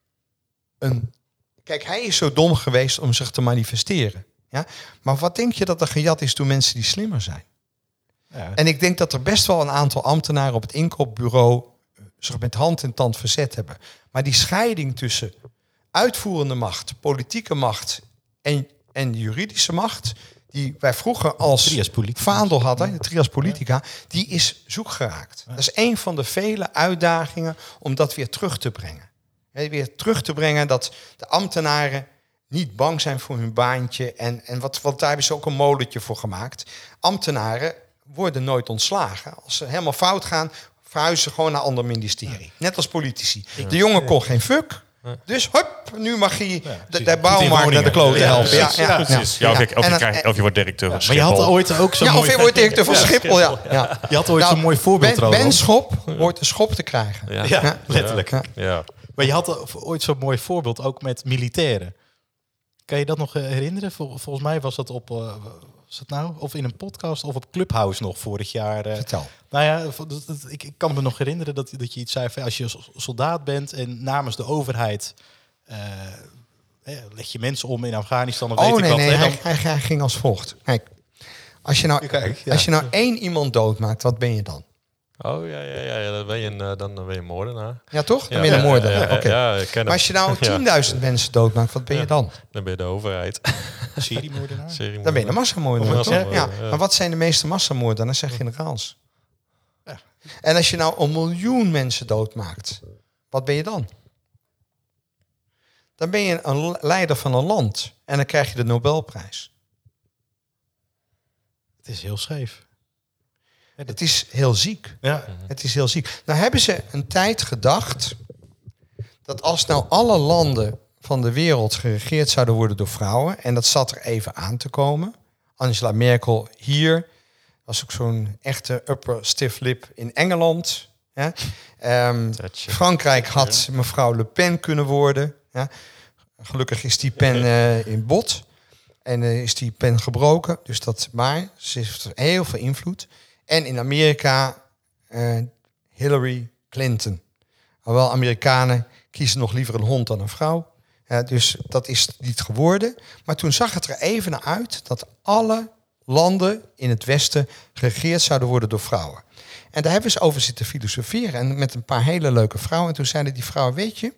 een... Kijk, hij is zo dom geweest om zich te manifesteren. Ja? Maar wat denk je dat er gejat is door mensen die slimmer zijn? Ja. En ik denk dat er best wel een aantal ambtenaren op het inkoopbureau zich met hand en tand verzet hebben. Maar die scheiding tussen uitvoerende macht, politieke macht en, en juridische macht, die wij vroeger als Trias politica. vaandel hadden, de trias politica, die is zoek geraakt. Dat is een van de vele uitdagingen om dat weer terug te brengen. He, weer terug te brengen dat de ambtenaren niet bang zijn voor hun baantje. En, en wat, wat daar hebben ze ook een molentje voor gemaakt. Ambtenaren worden nooit ontslagen. Als ze helemaal fout gaan, verhuizen ze gewoon naar een ander ministerie. Net als politici. De jongen kon geen fuck. Dus hup, nu mag hij de, de bouwmarkt naar de klote Ja, helpen. Ja, precies. ja, Ja, precies. Ja, of, je, of, je En dan- krijgt, of je wordt directeur van Maar je had Schiphol. ooit ook zo'n Ja, of mooi... je wordt directeur van Schiphol. Ja. Ja. Je had ooit Nou, zo'n mooi voorbeeld Ben, trouwens. Ben Schop hoort een schop te krijgen. Ja. Ja, Ja. letterlijk. Ja. Ja. Maar je had ooit zo'n mooi voorbeeld ook met militairen. Kan je dat nog eh, herinneren? Vol- volgens mij was dat op... eh, was het nou? Of in een podcast of op Clubhouse nog vorig jaar. eh. Vertel. Nou ja, v- dat- dat- ik, ik kan me nog herinneren dat, dat je iets zei van... als je s- soldaat bent en namens de overheid... eh, eh, leg je mensen om in Afghanistan of weet Oh ik nee, wat. nee, hè, hij, dan- hij, hij ging als volgt. Kijk, als je nou, Kijk, ja. als je nou één iemand doodmaakt, wat ben je dan? Oh ja, ja, ja, ja, dan ben je een, eh, dan ben je een moordenaar. Ja, toch? Dan Ja, ben je een ja, moordenaar. ja, ja, Oké. ja, ik ken Maar als je nou hem. Ja. tienduizend mensen doodmaakt, wat ben je Ja. dan? Dan ben je de overheid. Seriemoordenaar? Seriemoordenaar. Dan ben je een massamoordenaar, Of een toch? massamoordenaar, Ja. ja. Maar wat zijn de meeste massamoordenaars? Dat zijn generaals. Ja. En als je nou een miljoen mensen doodmaakt, wat ben je dan? Dan ben je een leider van een land. En dan krijg je de Nobelprijs. Het is heel scheef. Het is heel ziek. Ja. Het is heel ziek. Nou hebben ze een tijd gedacht dat als nou alle landen van de wereld geregeerd zouden worden door vrouwen, en dat zat er even aan te komen. Angela Merkel hier, was ook zo'n echte upper stiff lip in Engeland. Ja. Um, Frankrijk had mevrouw Le Pen kunnen worden. Ja. Gelukkig is die pen uh, in bot en uh, is die pen gebroken. Dus dat, maar ze heeft heel veel invloed. En in Amerika uh, Hillary Clinton. Alhoewel Amerikanen kiezen nog liever een hond dan een vrouw. Uh, dus dat is niet geworden. Maar toen zag het er even naar uit dat alle landen in het Westen geregeerd zouden worden door vrouwen. En daar hebben ze over zitten filosoferen. En met een paar hele leuke vrouwen. En toen zeiden die vrouwen, weet je,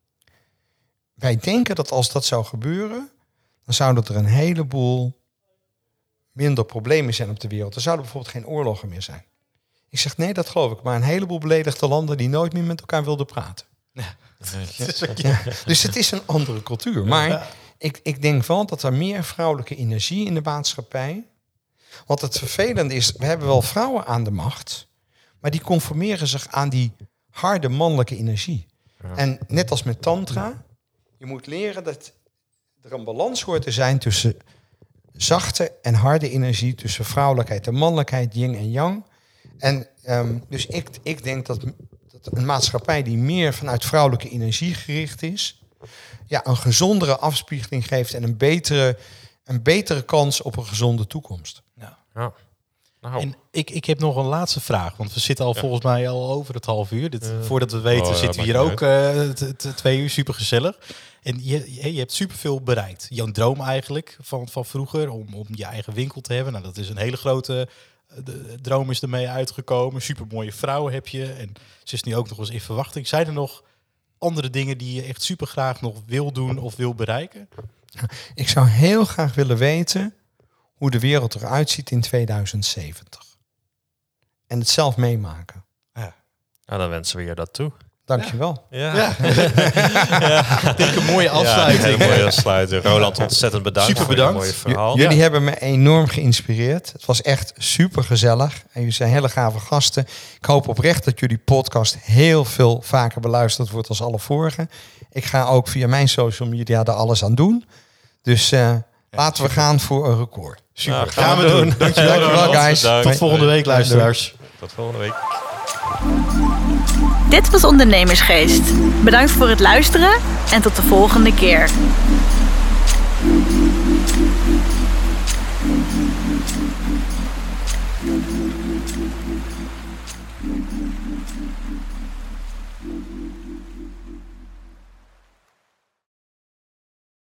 wij denken dat als dat zou gebeuren, dan zouden er een heleboel minder problemen zijn op de wereld. Er zouden bijvoorbeeld geen oorlogen meer zijn. Ik zeg, nee, dat geloof ik. Maar een heleboel beledigde landen die nooit meer met elkaar wilden praten. Ja. Ja. Dus het is een andere cultuur. Maar ja. ik, ik denk wel dat er meer vrouwelijke energie in de maatschappij. Want het vervelende is, we hebben wel vrouwen aan de macht, maar die conformeren zich aan die harde mannelijke energie. Ja. En net als met tantra, je moet leren dat er een balans hoort te zijn tussen zachte en harde energie, tussen vrouwelijkheid en mannelijkheid, yin en yang. En um, dus ik, ik denk dat, dat een maatschappij die meer vanuit vrouwelijke energie gericht is, ja, een gezondere afspiegeling geeft en een betere, een betere kans op een gezonde toekomst. Ja. Ja. Nou. En ik, ik heb nog een laatste vraag, want we zitten al ja. volgens mij al over het half uur. Dit, uh, voordat we weten oh, zitten we hier ook uh, t, t, twee uur, super gezellig. En je, je hebt superveel bereikt. Jouw droom eigenlijk van, van vroeger om, om je eigen winkel te hebben. Nou, dat is een hele grote de, droom is ermee uitgekomen. Supermooie vrouw heb je en ze is nu ook nog eens in verwachting. Zijn er nog andere dingen die je echt super graag nog wil doen of wil bereiken? Ik zou heel graag willen weten hoe de wereld eruit ziet in tweeduizend zeventig. En het zelf meemaken. Ja. Nou, dan wensen we je dat toe. Dankjewel. Ja. Ja. ja. Ik denk een mooie afsluiting. Ja, een mooie afsluiting. Roland, ontzettend bedankt. Super bedankt. Voor je mooie verhaal. J- jullie ja. hebben me enorm geïnspireerd. Het was echt super gezellig. En jullie zijn hele gave gasten. Ik hoop oprecht dat jullie podcast heel veel vaker beluisterd wordt als alle vorige. Ik ga ook via mijn social media er alles aan doen. Dus uh, ja, laten super. we gaan voor een record. Super. Ja, gaan, gaan we doen. doen. Dankjewel, Dankjewel guys. Bedankt. Tot volgende week, luisteraars. Tot volgende week. Dit was Ondernemersgeest. Bedankt voor het luisteren en tot de volgende keer.